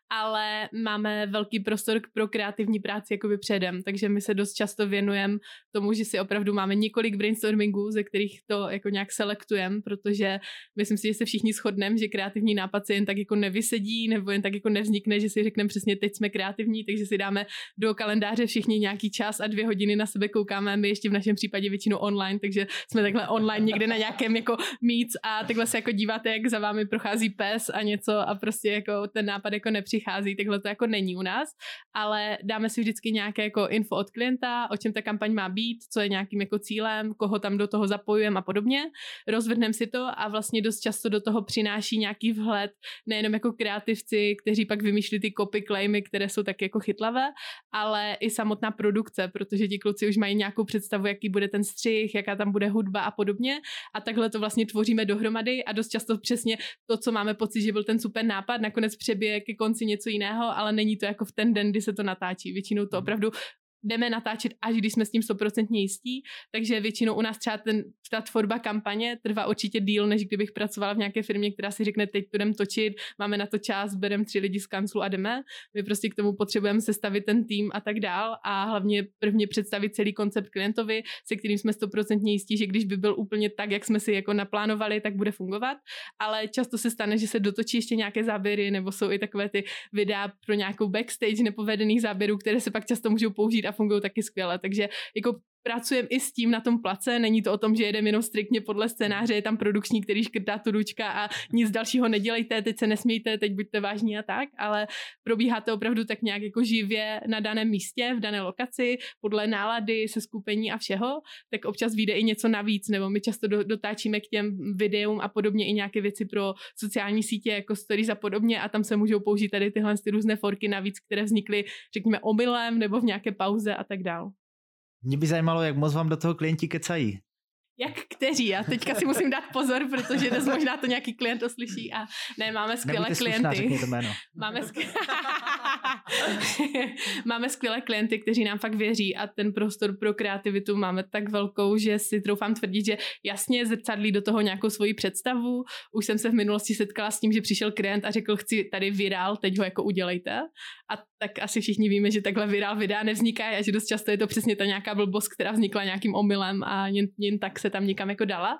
Ale máme velký prostor pro kreativní práci jakoby předem, takže my se dost často věnujeme tomu, že si opravdu máme několik brainstormingů, ze kterých to jako nějak selektujeme, protože myslím si, že se všichni shodneme, že kreativní nápad se jen tak jako nevysedí nebo jen tak jako nevznikne, že si řekneme přesně teď jsme kreativní, takže si dáme do kalendáře všichni nějaký čas a 2 hodiny na sebe koukáme, my ještě v našem případě většinou online, takže jsme takhle online někde na nějakém jako meets a takhle se jako díváte, jak za vámi prochází pes a něco a prostě jako ten nápad jako nepřichází, takhle to jako není u nás, ale dáme si vždycky nějaké jako info od klienta, o čem ta kampaň má být, co je nějakým jako cílem, koho tam do toho zapojujeme a podobně. Rozvrhneme si to a vlastně dost často do toho přináší nějaký vhled nejenom jako kreativci, kteří pak vymýšlí ty copy claimy, které jsou tak jako chytlavé, ale i samotná produkce, protože ti kluci už mají nějakou představu, jaký bude ten střih, jaká tam bude hudba a podobně a takhle to vlastně tvoříme dohromady a dost často přesně to, co máme pocit, že byl ten super nápad, nakonec přebije ke konci něco jiného, ale není to jako v ten den, kdy se to natáčí. Většinou to opravdu jdeme natáčet, až když jsme s tím 100% jistí, takže většinou u nás třeba ta tvorba kampaně trvá určitě díl, než kdybych pracovala v nějaké firmě, která si řekne, teď to jdem točit, máme na to čas, bereme 3 lidi z kanclu a jdeme. My prostě k tomu potřebujeme sestavit ten tým a tak dál a hlavně prvně představit celý koncept klientovi, se kterým jsme 100% jistí, že když by byl úplně tak, jak jsme si jako naplánovali, tak bude fungovat, ale často se stane, že se dotočí ještě nějaké záběry nebo jsou i takové ty videa pro nějakou backstage nepovedených záběrů, které se pak často můžou použít a fungují taky skvěle, takže jako pracujeme i s tím na tom place, není to o tom, že jedeme jenom striktně podle scénáře, je tam produkční, který škrtá tu ručka a nic dalšího nedělejte, teď se nesmějte, teď buďte vážní a tak, ale probíhá to opravdu tak nějak jako živě na daném místě, v dané lokaci, podle nálady, seskupení a všeho, tak občas vyjde i něco navíc, nebo my často dotáčíme k těm videům a podobně i nějaké věci pro sociální sítě, jako stories a podobně a tam se můžou použít tady tyhle různé forky navíc, které vznikly, řekněme, omylem nebo v nějaké pauze a tak dál. Mě by zajímalo, jak moc vám do toho klienti kecají. Jak kteří? Já teďka si musím dát pozor, protože dnes možná to nějaký klient uslyší a ne, máme skvělé klienty. Máme skvělé klienty, kteří nám fakt věří a ten prostor pro kreativitu máme tak velkou, že si troufám tvrdit, že jasně zrcadlí do toho nějakou svoji představu. Už jsem se v minulosti setkala s tím, že přišel klient a řekl, chci tady virál, teď ho jako udělejte. A tak asi všichni víme, že takhle virál videa nevzniká a že dost často je to přesně ta nějaká blbost, která vznikla nějakým omylem a jen tak se tam někam jako dala.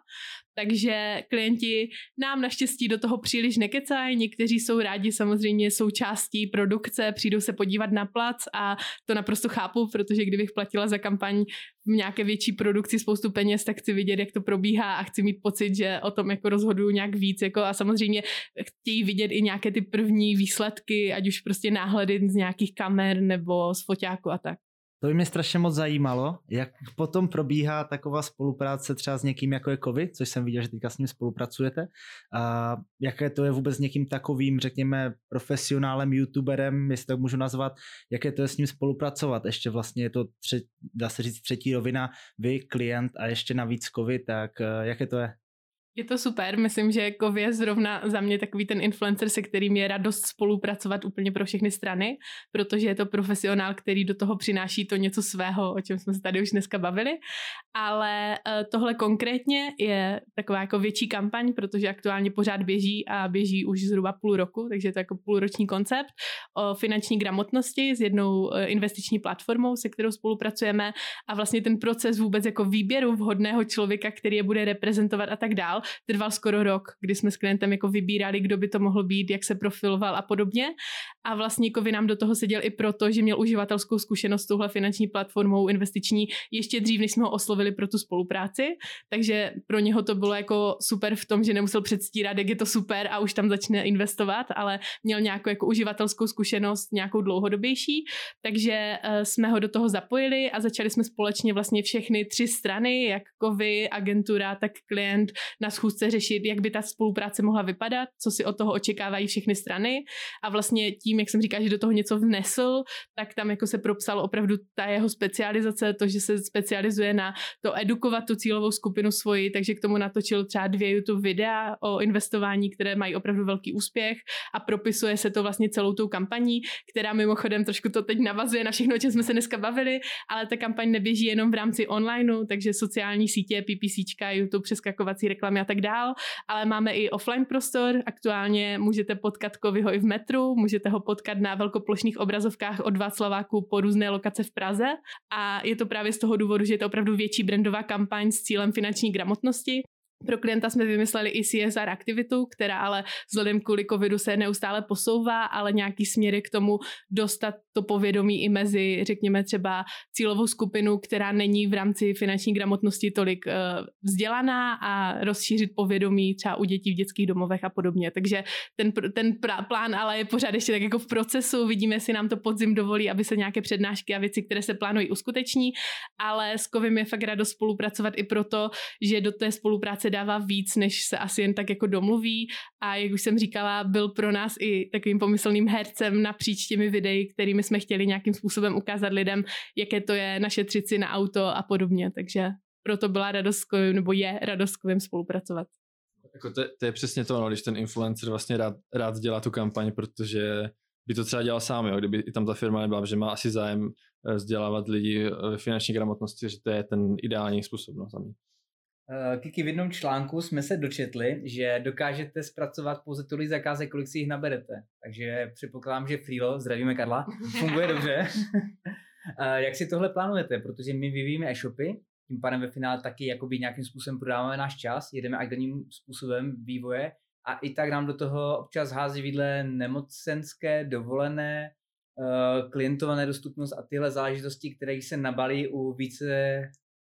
Takže klienti nám naštěstí do toho příliš nekecají, někteří jsou rádi samozřejmě součástí produkce, přijdou se podívat na plac a to naprosto chápu, protože kdybych platila za kampaň v nějaké větší produkci spoustu peněz, tak chci vidět, jak to probíhá a chci mít pocit, že o tom jako rozhoduju nějak víc jako a samozřejmě chtějí vidět i nějaké ty první výsledky, ať už prostě náhledy z nějakých kamer nebo z foťáku a tak. To by mě strašně moc zajímalo, jak potom probíhá taková spolupráce třeba s někým, jako je Kovy, což jsem viděl, že teďka s ním spolupracujete. A jaké to je vůbec s někým takovým, řekněme, profesionálem, youtuberem, jestli tak můžu nazvat, jaké to je s ním spolupracovat. Ještě vlastně je to, dá se říct, třetí rovina, vy, klient a ještě navíc Kovy, tak jaké to je? Je to super, myslím, že Kovy je zrovna za mě takový ten influencer, se kterým je radost spolupracovat úplně pro všechny strany, protože je to profesionál, který do toho přináší to něco svého, o čem jsme se tady už dneska bavili, ale tohle konkrétně je taková jako větší kampaň, protože aktuálně pořád běží a běží už zhruba půl roku, takže je to jako půlroční koncept o finanční gramotnosti s jednou investiční platformou, se kterou spolupracujeme a vlastně ten proces vůbec jako výběru vhodného člověka, který je bude reprezentovat a tak dál, trval skoro rok, kdy jsme s klientem jako vybírali, kdo by to mohl být, jak se profiloval a podobně. A vlastně Kovy nám do toho seděl i proto, že měl uživatelskou zkušenost s touhle finanční platformou investiční ještě dřív, než jsme ho oslovili pro tu spolupráci. Takže pro něho to bylo jako super v tom, že nemusel předstírat, jak je to super a už tam začne investovat, ale měl nějakou jako uživatelskou zkušenost, nějakou dlouhodobější. Takže jsme ho do toho zapojili a začali jsme společně vlastně všechny 3 strany, jak Kovy, agentura, tak klient, na schůzce řešit, jak by ta spolupráce mohla vypadat, co si od toho očekávají všechny strany a vlastně tím, jak jsem říkala, že do toho něco vnesl, tak tam jako se propsal opravdu ta jeho specializace, to, že se specializuje na to edukovat tu cílovou skupinu svoji, takže k tomu natočil třeba 2 YouTube videa o investování, které mají opravdu velký úspěch a propisuje se to vlastně celou tou kampaní, která mimochodem trošku to teď navazuje na všechno, o čem jsme se dneska bavili, ale ta kampaň neběží jenom v rámci onlineu, takže sociální sítě, PPCčka, YouTube, přeskakovací reklamy a tak dál, ale máme i offline prostor, aktuálně můžete potkat Kovyho i v metru, můžete ho potkat na velkoplošných obrazovkách od Václaváku po různé lokace v Praze a je to právě z toho důvodu, že je to opravdu větší brandová kampaň s cílem finanční gramotnosti. Pro klienta jsme vymysleli i CSR aktivitu, která ale vzhledem kvůli covidu se neustále posouvá, ale nějaký směr je k tomu dostat to povědomí i mezi, řekněme třeba cílovou skupinu, která není v rámci finanční gramotnosti tolik vzdělaná a rozšířit povědomí třeba u dětí v dětských domovech a podobně. Takže ten plán ale je pořád ještě tak jako v procesu, vidíme, jestli nám to podzim dovolí, aby se nějaké přednášky a věci, které se plánují, uskuteční, ale s Kovym je fakt radost spolupracovat i proto, že do té spolupráce dává víc, než se asi jen tak jako domluví a jak už jsem říkala, byl pro nás i takovým pomyslným hercem napříč těmi videi, kterými jsme chtěli nějakým způsobem ukázat lidem, jaké to je našetřit si na auto a podobně, takže proto byla radost nebo je radost s Kovym spolupracovat. Jako to je přesně to, no, když ten influencer vlastně rád dělá tu kampaň, protože by to třeba dělal sám, jo, kdyby i tam ta firma nebyla, že má asi zájem vzdělávat lidi ve finanční gramotnosti, že to je ten ideální způsob, no, za mě. Kiki, v jednom článku jsme se dočetli, že dokážete zpracovat pouze tolik zakázek, kolik si jich naberete. Takže předpokládám, že Freelo, zdravíme Karla, funguje dobře. Jak si tohle plánujete? Protože my vyvíjíme e-shopy, tím pádem ve finále taky jakoby nějakým způsobem prodáváme náš čas, jedeme agilním způsobem vývoje a i tak nám do toho občas hází vidle nemocenské, dovolené, klientované dostupnost a tyhle záležitosti, které se nabalí u více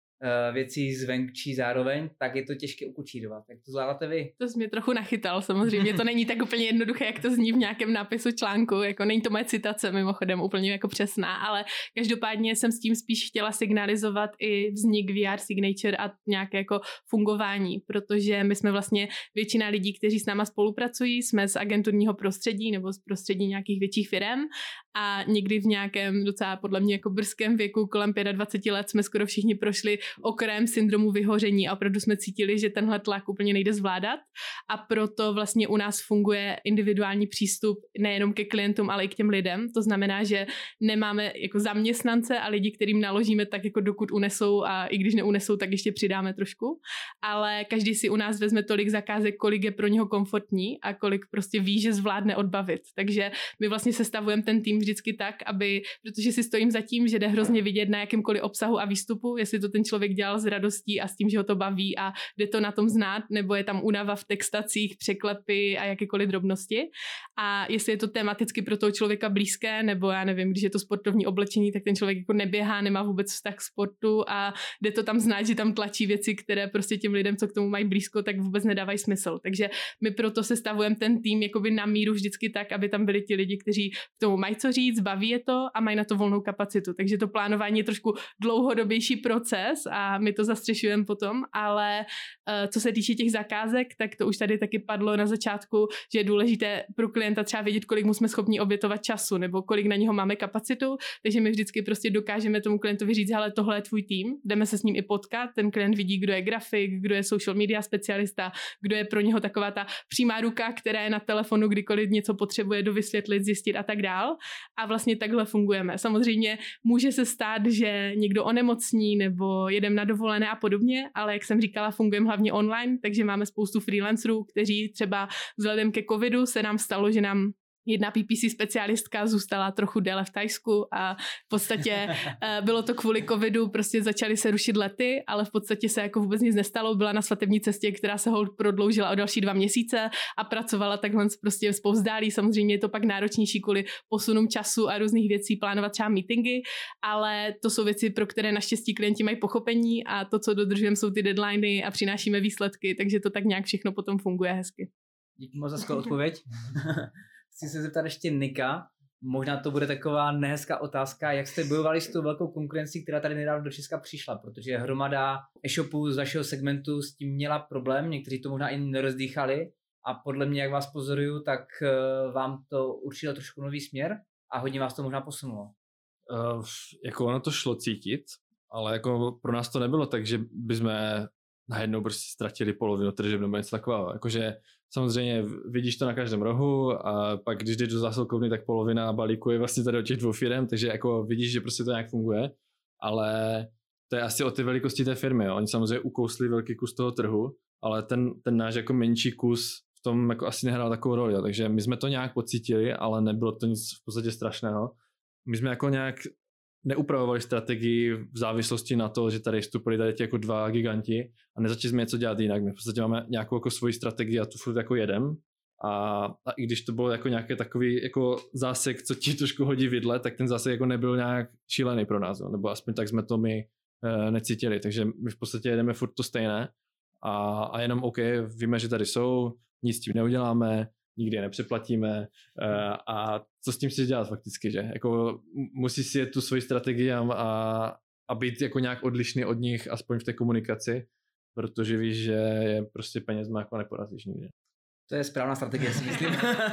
věcí zvenčí zároveň, tak je to těžké ukočírovat. Jak to zvládáte vy? To jsi mě trochu nachytal, samozřejmě. To není tak úplně jednoduché, jak to zní v nějakém nápisu článku. Jako není to moje citace, mimochodem, úplně jako přesná, ale každopádně jsem s tím spíš chtěla signalizovat i vznik VR Signature a nějaké jako fungování, protože my jsme vlastně většina lidí, kteří s náma spolupracují, jsme z agenturního prostředí nebo z prostředí nějakých větších firem a někdy v nějakém docela podle mě jako brzkém věku kolem 25 let jsme skoro všichni prošli okrajem syndromu vyhoření a opravdu jsme cítili, že tenhle tlak úplně nejde zvládat a proto vlastně u nás funguje individuální přístup nejenom ke klientům, ale i k těm lidem. To znamená, že nemáme jako zaměstnance a lidi, kterým naložíme tak jako dokud unesou a i když neunesou, tak ještě přidáme trošku, ale každý si u nás vezme tolik zakázek, kolik je pro něho komfortní a kolik prostě ví, že zvládne odbavit. Takže my vlastně sestavujeme ten tým vždycky tak, aby, protože si stojím za tím, že jde hrozně vidět na jakémkoliv obsahu a výstupu, jestli to ten člověk dělal s radostí a s tím, že ho to baví a jde to na tom znát, nebo je tam únava v textacích, překlepy a jakékoliv drobnosti. A jestli je to tematicky pro toho člověka blízké, nebo já nevím, když je to sportovní oblečení, tak ten člověk jako neběhá, nemá vůbec vztah k sportu a jde to tam znát, že tam tlačí věci, které prostě těm lidem, co k tomu mají blízko, tak vůbec nedávají smysl. Takže my proto sestavujeme ten tým jakoby na míru vždycky tak, aby tam byli ti lidi, kteří k tomu mají co říct, baví je to a mají na to volnou kapacitu. Takže to plánování je trošku dlouhodobější proces a my to zastřešujeme potom, ale co se týče těch zakázek, tak to už tady taky padlo na začátku, že je důležité pro klienta třeba vědět, kolik mu jsme schopni obětovat času nebo kolik na něho máme kapacitu, takže my vždycky prostě dokážeme tomu klientovi říct, hele, tohle je tvůj tým, jdeme se s ním i potkat, ten klient vidí, kdo je grafik, kdo je social media specialista, kdo je pro něho taková ta přímá ruka, která je na telefonu, kdykoliv něco potřebuje dovysvětlit, zjistit a tak dál. A vlastně takhle fungujeme. Samozřejmě může se stát, že někdo onemocní nebo jedem na dovolené a podobně, ale jak jsem říkala, fungujeme hlavně online, takže máme spoustu freelancerů, kteří třeba vzhledem ke covidu se nám stalo, že nám jedna PPC specialistka zůstala trochu déle v Thajsku a v podstatě bylo to kvůli covidu, prostě začaly se rušit lety, ale v podstatě se jako vůbec nic nestalo, byla na svatební cestě, která se hold prodloužila o další 2 měsíce a pracovala takhle prostě zpovzdálí. Samozřejmě je to pak náročnější kvůli posunům času a různých věcí plánovat třeba meetingy, ale to jsou věci, pro které naštěstí klienti mají pochopení a to, co dodržujeme, jsou ty deadliny a přinášíme výsledky, takže to tak nějak všechno potom funguje hezky. Díky moc za skvělou odpověď. Chci se zeptat ještě Nika, Možná to bude taková nehezká otázka, jak jste bojovali s tou velkou konkurencí, která tady nedávno do Česka přišla, protože hromada e-shopů z vašeho segmentu s tím měla problém, někteří to možná i nerozdýchali a podle mě, jak vás pozoruju, tak vám to určilo trošku nový směr a hodně vás to možná posunulo. Jako ono to šlo cítit, ale jako pro nás to nebylo tak, že bychom najednou prostě ztratili polovinu tržeb nebo něco takového. Jakože samozřejmě vidíš to na každém rohu a pak když jdeš do zásilkovny, tak polovina balíku je vlastně tady od těch 2 firem, takže jako vidíš, že prostě to nějak funguje, ale to je asi o ty velikosti té firmy. Jo. Oni samozřejmě ukousli velký kus toho trhu, ale ten náš jako menší kus v tom jako asi nehrál takovou roli. Jo. Takže my jsme to nějak pocítili, ale nebylo to nic v podstatě strašného. My jsme jako nějak neupravovali strategii v závislosti na to, že tady vstupili tady jako 2 giganti a nezačali jsme něco dělat jinak. My v podstatě máme nějakou jako svoji strategii a tu furt jako jedem. A i když to bylo jako nějaký takový jako zásek, co ti trošku hodí vidle, tak ten zásek jako nebyl nějak šílený pro nás. Jo. Nebo aspoň tak jsme to my necítili. Takže my v podstatě jedeme furt to stejné a jenom OK, víme, že tady jsou, nic s tím neuděláme, nikdy je nepřeplatíme a co s tím si dělat fakticky, že? Jako musí si jet tu svoji strategii a být jako nějak odlišný od nich, aspoň v té komunikaci, protože víš, že je prostě penězma jako neporazíš nikdy. To je správná strategie, si myslím.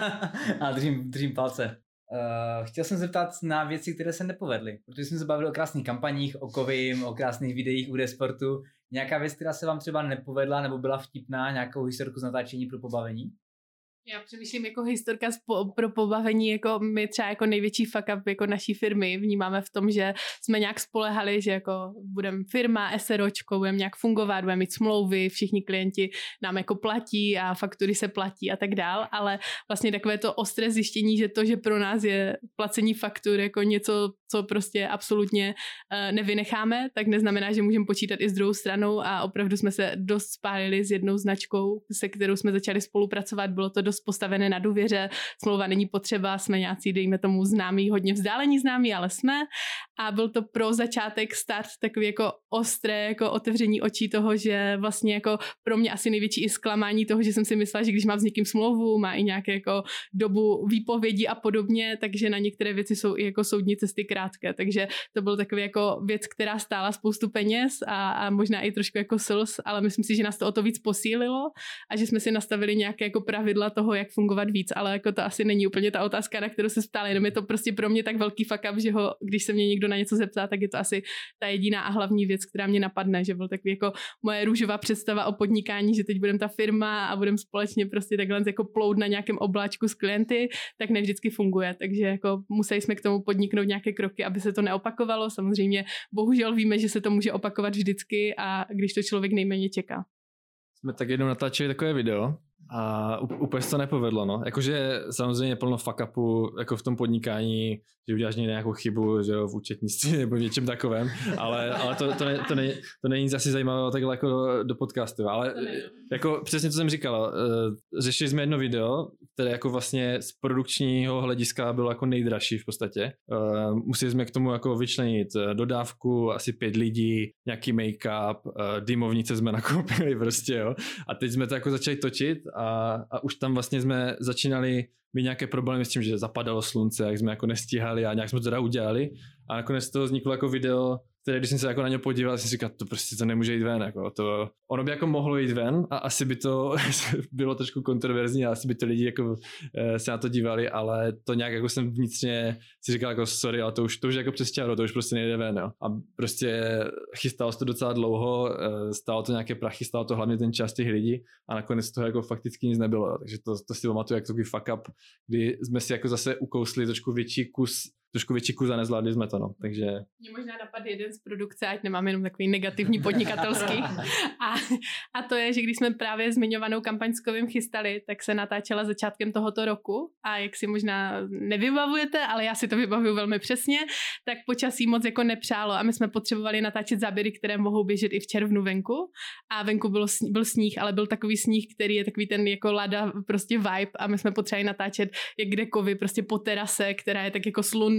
A držím palce. Chtěl jsem zeptat na věci, které se nepovedly, protože jsme se bavili o krásných kampaních, o Kovim, o krásných videích UD Sportu. Nějaká věc, která se vám třeba nepovedla nebo byla vtipná, nějakou historku z natáčení pro pobavení? Já přemýšlím jako historka pro pobavení, jako my třeba jako největší fuck up jako naší firmy vnímáme v tom, že jsme nějak spolehali, že jako budeme firma, SROčko, budeme nějak fungovat, budeme mít smlouvy, všichni klienti nám jako platí a faktury se platí a tak dál, ale vlastně takové to ostré zjištění, že to, že pro nás je placení faktur jako něco, co prostě absolutně nevynecháme, tak neznamená, že můžeme počítat i s druhou stranou a opravdu jsme se dost spálili s jednou značkou, se kterou jsme začali spolupracovat, bylo to dost postavené na důvěře, smlouva není potřeba, jsme nějací, dejme tomu známí, hodně vzdálení známí, ale jsme a byl to pro začátek start takový jako ostré, jako otevření očí toho, že vlastně jako pro mě asi největší i zklamání toho, že jsem si myslela, že když mám s někým smlouvu, má i nějaké jako dobu výpovědi a podobně, takže na některé věci jsou i jako soudní cesty krátké, takže to byl takový jako věc, která stála spoustu peněz a možná i trošku jako slz, ale myslím si, že nás to o to víc posílilo a že jsme si nastavili nějaké jako pravidla toho, jak fungovat víc, ale jako to asi není úplně ta otázka, na kterou se ptali, jenom je to prostě pro mě tak velký fuck up, že když se mě někdo na něco zeptá, tak je to asi ta jediná a hlavní věc, která mě napadne, že byl takový jako moje růžová představa o podnikání, že teď budeme ta firma a budeme společně prostě takhle jako plout na nějakém obláčku s klienty, tak ne vždycky funguje, takže jako museli jsme k tomu podniknout nějaké kroky, aby se to neopakovalo, samozřejmě bohužel víme, že se to může opakovat vždycky a když to člověk nejméně čeká. Jsme tak jednou natáčeli takové video a úplně se to nepovedlo, no. Jakože samozřejmě plno fuck upu jako v tom podnikání, že uděláš někde nějakou chybu, že jo, v účetnictví nebo v něčem takovém, ale to není nic asi zajímavého takhle jako do podcastu, ale jako přesně to jsem říkal, řešili jsme jedno video, které jako vlastně z produkčního hlediska bylo jako nejdražší v podstatě. Museli jsme k tomu jako vyčlenit dodávku, asi 5 lidí, nějaký make-up, dymovnice jsme nakoupili prostě, jo. A teď jsme to jako začali točit a už tam vlastně jsme začínali mít nějaké problémy s tím, že zapadalo slunce, jak jsme jako nestíhali a nějak jsme to teda udělali a nakonec to vzniklo jako video, které když jsem se jako na ně podíval, jsem si říkal, to prostě to nemůže jít ven, jako ono by jako mohlo jít ven a asi by to bylo trošku kontroverzní a asi by to lidi jako se na to dívali, ale to nějak jako jsem vnitřně si říkal jako sorry, ale to už jako přes čáro, to už prostě nejde ven, jo. A prostě chystalo se to docela dlouho, stálo to nějaké prachy, stálo to hlavně ten čas těch lidí a nakonec toho jako fakticky nic nebylo, jo. Takže to si pamatuju jako takový fuck up, kdy jsme si jako zase ukousli trošku větší kus a nezvládli jsme to, no. Takže mě možná napadl jeden z produkce, ať nemám jenom takový negativní podnikatelský. A to je, že když jsme právě zmiňovanou kampaň s Kovim chystali, tak se natáčela začátkem tohoto roku a jak si možná nevybavujete, ale já si to vybavuju velmi přesně, tak počasí moc jako nepřálo a my jsme potřebovali natáčet záběry, které mohou běžet i v červnu venku a venku byl sníh, ale byl takový sníh, který je takový ten jako lada prostě vibe a my jsme potřebovali natáčet jak kde Kovy prostě po terase, která je tak jako slunná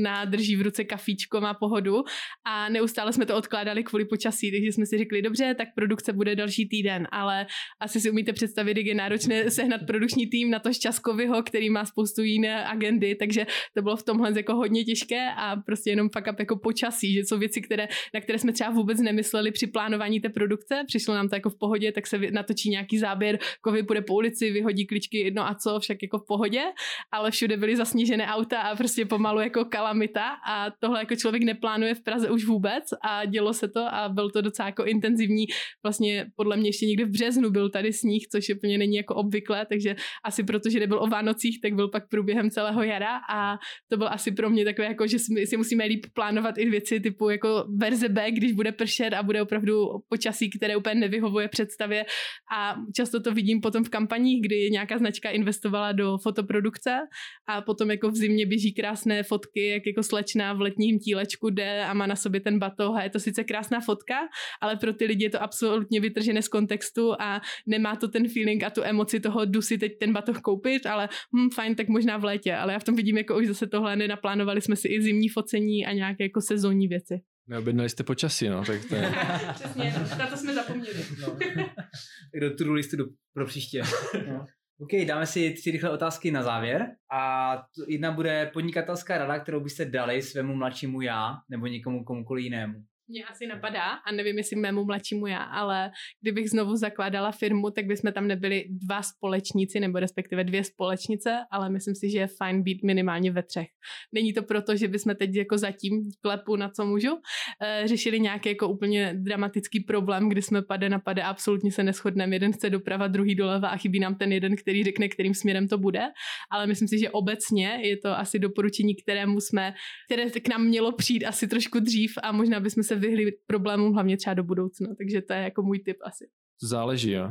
pohodlná, drží v ruce kafíčko, má pohodu a neustále jsme to odkládali kvůli počasí, takže jsme si řekli, dobře, tak produkce bude další týden, ale asi si umíte představit, jak je náročné sehnat produkční tým na to Šťastkovyho, který má spoustu jiné agendy, takže to bylo v tomhle jako hodně těžké a prostě jenom fuck up jako počasí, že jsou věci, na které jsme třeba vůbec nemysleli při plánování té produkce, přišlo nám to jako v pohodě, tak se natočí nějaký záběr, Kovy půjde po ulici, vyhodí kličky, no a co, však jako v pohodě, ale všude byly zasněžené auta a prostě pomalu jako kalamita a tohle jako člověk neplánuje v Praze už vůbec a dělo se to a byl to docela jako intenzivní, vlastně podle mě ještě někdy v březnu byl tady sníh, což úplně není jako obvyklé, takže asi protože nebyl o Vánocích, tak byl pak průběhem celého jara a to byl asi pro mě takové jako, že si musíme líp plánovat i věci typu jako verze B, když bude pršet a bude opravdu počasí, které úplně nevyhovuje představě a často to vidím potom v kampaních, kdy nějaká značka investovala do fotoprodukce a potom jako v zimě běží krásné fotky, jak jako slečna v letním tílečku jde a má na sobě ten batoh a je to sice krásná fotka, ale pro ty lidi je to absolutně vytržené z kontextu a nemá to ten feeling a tu emoci toho jdu si teď ten batoh koupit, ale fajn, tak možná v létě, ale já v tom vidím jako už zase tohle nenaplánovali jsme si i zimní focení a nějaké jako sezónní věci. Neobjednali jste počasí, no, tak to je... Přesně, na to jsme zapomněli. No. Do to-do listu pro příště. No. OK, dáme si 3 rychlé otázky na závěr a jedna bude podnikatelská rada, kterou byste dali svému mladšímu já nebo někomu komukoliv jinému. Mě asi napadá, a nevím, jestli mému mladšímu já, ale kdybych znovu zakládala firmu, tak bychom tam nebyli 2 společníci, nebo respektive 2 společnice, ale myslím si, že je fajn být minimálně ve 3. Není to proto, že bychom teď jako zatím klepu na co můžu, řešili nějaký jako úplně dramatický problém, kdy jsme pade na pade a absolutně se neshodneme. Jeden chce doprava, druhý doleva a chybí nám ten jeden, který řekne, kterým směrem to bude. Ale myslím si, že obecně je to asi doporučení, které k nám mělo přijít asi trošku dřív a možná bychom se vyhli problémům hlavně třeba do budoucna, takže to je jako můj tip asi. To záleží, jo.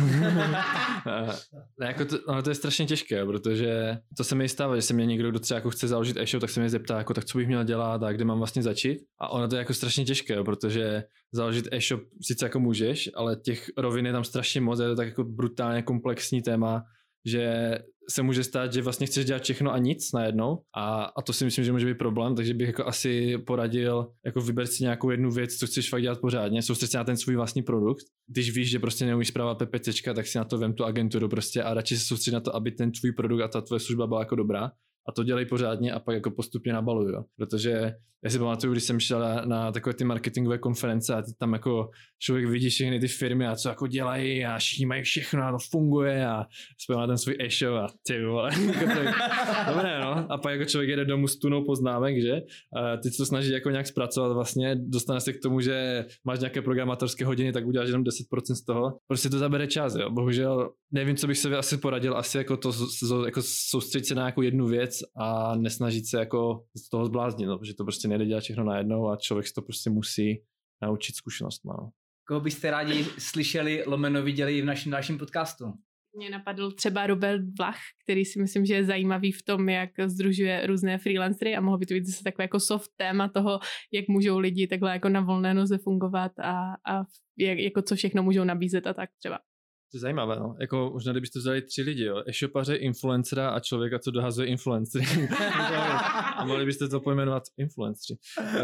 Jako to je strašně těžké, protože to se mi stává, že se mě někdo, kdo třeba jako chce založit e-shop, tak se mě zeptá, jako, tak co bych měl dělat a kde mám vlastně začít. A ono to je jako strašně těžké, protože založit e-shop sice jako můžeš, ale těch rovin je tam strašně moc, je to tak jako brutálně komplexní téma, že se může stát, že vlastně chceš dělat všechno a nic najednou a to si myslím, že může být problém, takže bych jako asi poradil, jako vyber si nějakou jednu věc, co chceš fakt dělat pořádně, soustřed se na ten svůj vlastní produkt. Když víš, že prostě neumíš spravovat PPCčka, tak si na to vem tu agenturu prostě a radši se soustřed na to, aby ten tvůj produkt a ta tvoje služba byla jako dobrá. A to dělej pořádně a pak jako postupně nabaluj, jo. Protože já si pamatuju, když jsem šel na takové ty marketingové konference a tam jako člověk vidí všechny ty firmy a co jako dělají a všichni mají všechno a to funguje a spojím na ten svůj e-shop a ty vole. Dobré, no. A pak jako člověk jede domů s tunou poznámek, že? A ty se to snaží jako nějak zpracovat vlastně, dostane se k tomu, že máš nějaké programátorské hodiny, tak uděláš jenom 10% z toho. Prostě to zabere čas, jo. Bohužel nevím, co bych se asi poradil, asi jako to jako soustředit se na nějakou jednu věc a nesnažit se jako z toho zbláznit, no, protože to prostě nejde dělat všechno najednou a člověk se to prostě musí naučit zkušenostma. No. Koho byste rádi slyšeli / viděli v našem dalším podcastu? Mě napadl třeba Robert Vlach, který si myslím, že je zajímavý v tom, jak sdružuje různé freelancery a mohlo by to být zase takové jako soft téma toho, jak můžou lidi takhle jako na volné noze fungovat a jako co všechno můžou nabízet a tak třeba. To je zajímavé, no. Jako možná, kdybyste vzali 3 lidi, jo. E-shopaře, influencera a člověka, co dohazuje influencery. A mohli byste to pojmenovat influenceri.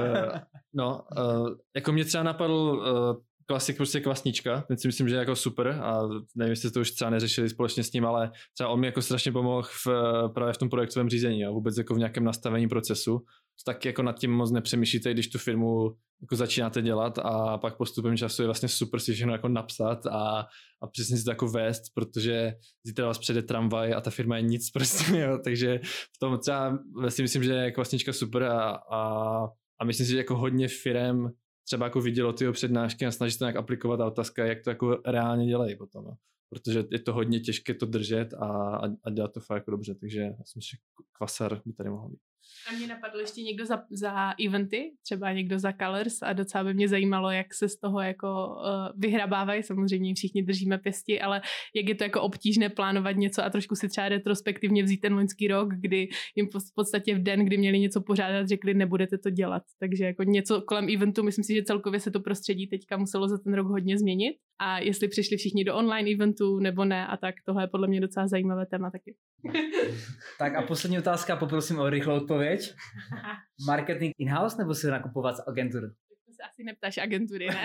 Jako mě třeba napadl klasik prostě Kvasnička, ten si myslím, že je jako super a nevím, jestli to už třeba neřešili společně s ním, ale třeba on mi jako strašně pomohl právě v tom projektovém řízení a vůbec jako v nějakém nastavení procesu. Tak jako nad tím moc nepřemýšlíte, když tu firmu jako začínáte dělat a pak postupem času je vlastně super si všechno jako napsat a přesně si to jako vést, protože zítra vás přijde tramvaj a ta firma je nic prostě, jo, takže v tom třeba si myslím, že je Kvasnička super a myslím si, že jako hodně firem třeba jako vidělo ty přednášky a snaží se to nějak aplikovat a otázka, jak to jako reálně dělají potom, jo. Protože je to hodně těžké to držet a dělat to fakt jako dobře, takže já si myslím, že Kvasar by tady mohl být. A mě napadl ještě někdo za eventy, třeba někdo za Colors a docela by mě zajímalo, jak se z toho jako vyhrabávají, samozřejmě všichni držíme pěsti, ale jak je to jako obtížné plánovat něco a trošku si třeba retrospektivně vzít ten loňský rok, kdy jim v podstatě v den, kdy měli něco pořádat, řekli, nebudete to dělat. Takže jako něco kolem eventu, myslím si, že celkově se to prostředí teďka muselo za ten rok hodně změnit a jestli přišli všichni do online eventu nebo ne a tak. Tohle je podle mě docela zajímavé téma taky. Tak a poslední otázka, poprosím o rychlou odpověď. Marketing in-house nebo si nakupovat z agentur? To se asi neptáš agentury, ne?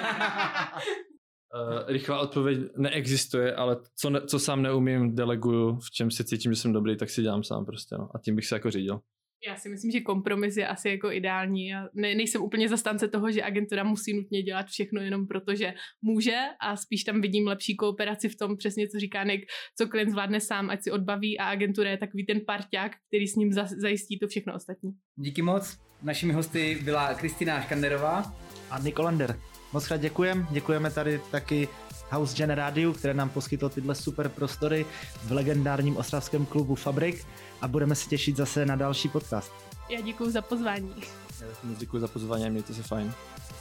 Rychlá odpověď neexistuje, ale co sám neumím, deleguju, v čem si cítím, že jsem dobrý, tak si dělám sám prostě, no. A tím bych se jako řídil. Já si myslím, že kompromis je asi jako ideální. Já nejsem úplně zastánce toho, že agentura musí nutně dělat všechno jenom proto, že může, a spíš tam vidím lepší kooperaci v tom, přesně co říká Nick, co klient zvládne sám, ať si odbaví, a agentura je takový ten parťák, který s ním zajistí to všechno ostatní. Díky moc. Našimi hosty byla Kristýna Škanderová a Nick Olander. Moc krát děkujeme tady taky House Gen Rádiu, které nám poskytlo tyhle super prostory v legendárním ostravském klubu Fabrik, a budeme se těšit zase na další podcast. Já děkuju za pozvání. Já děkuju za pozvání, mějte se fajn.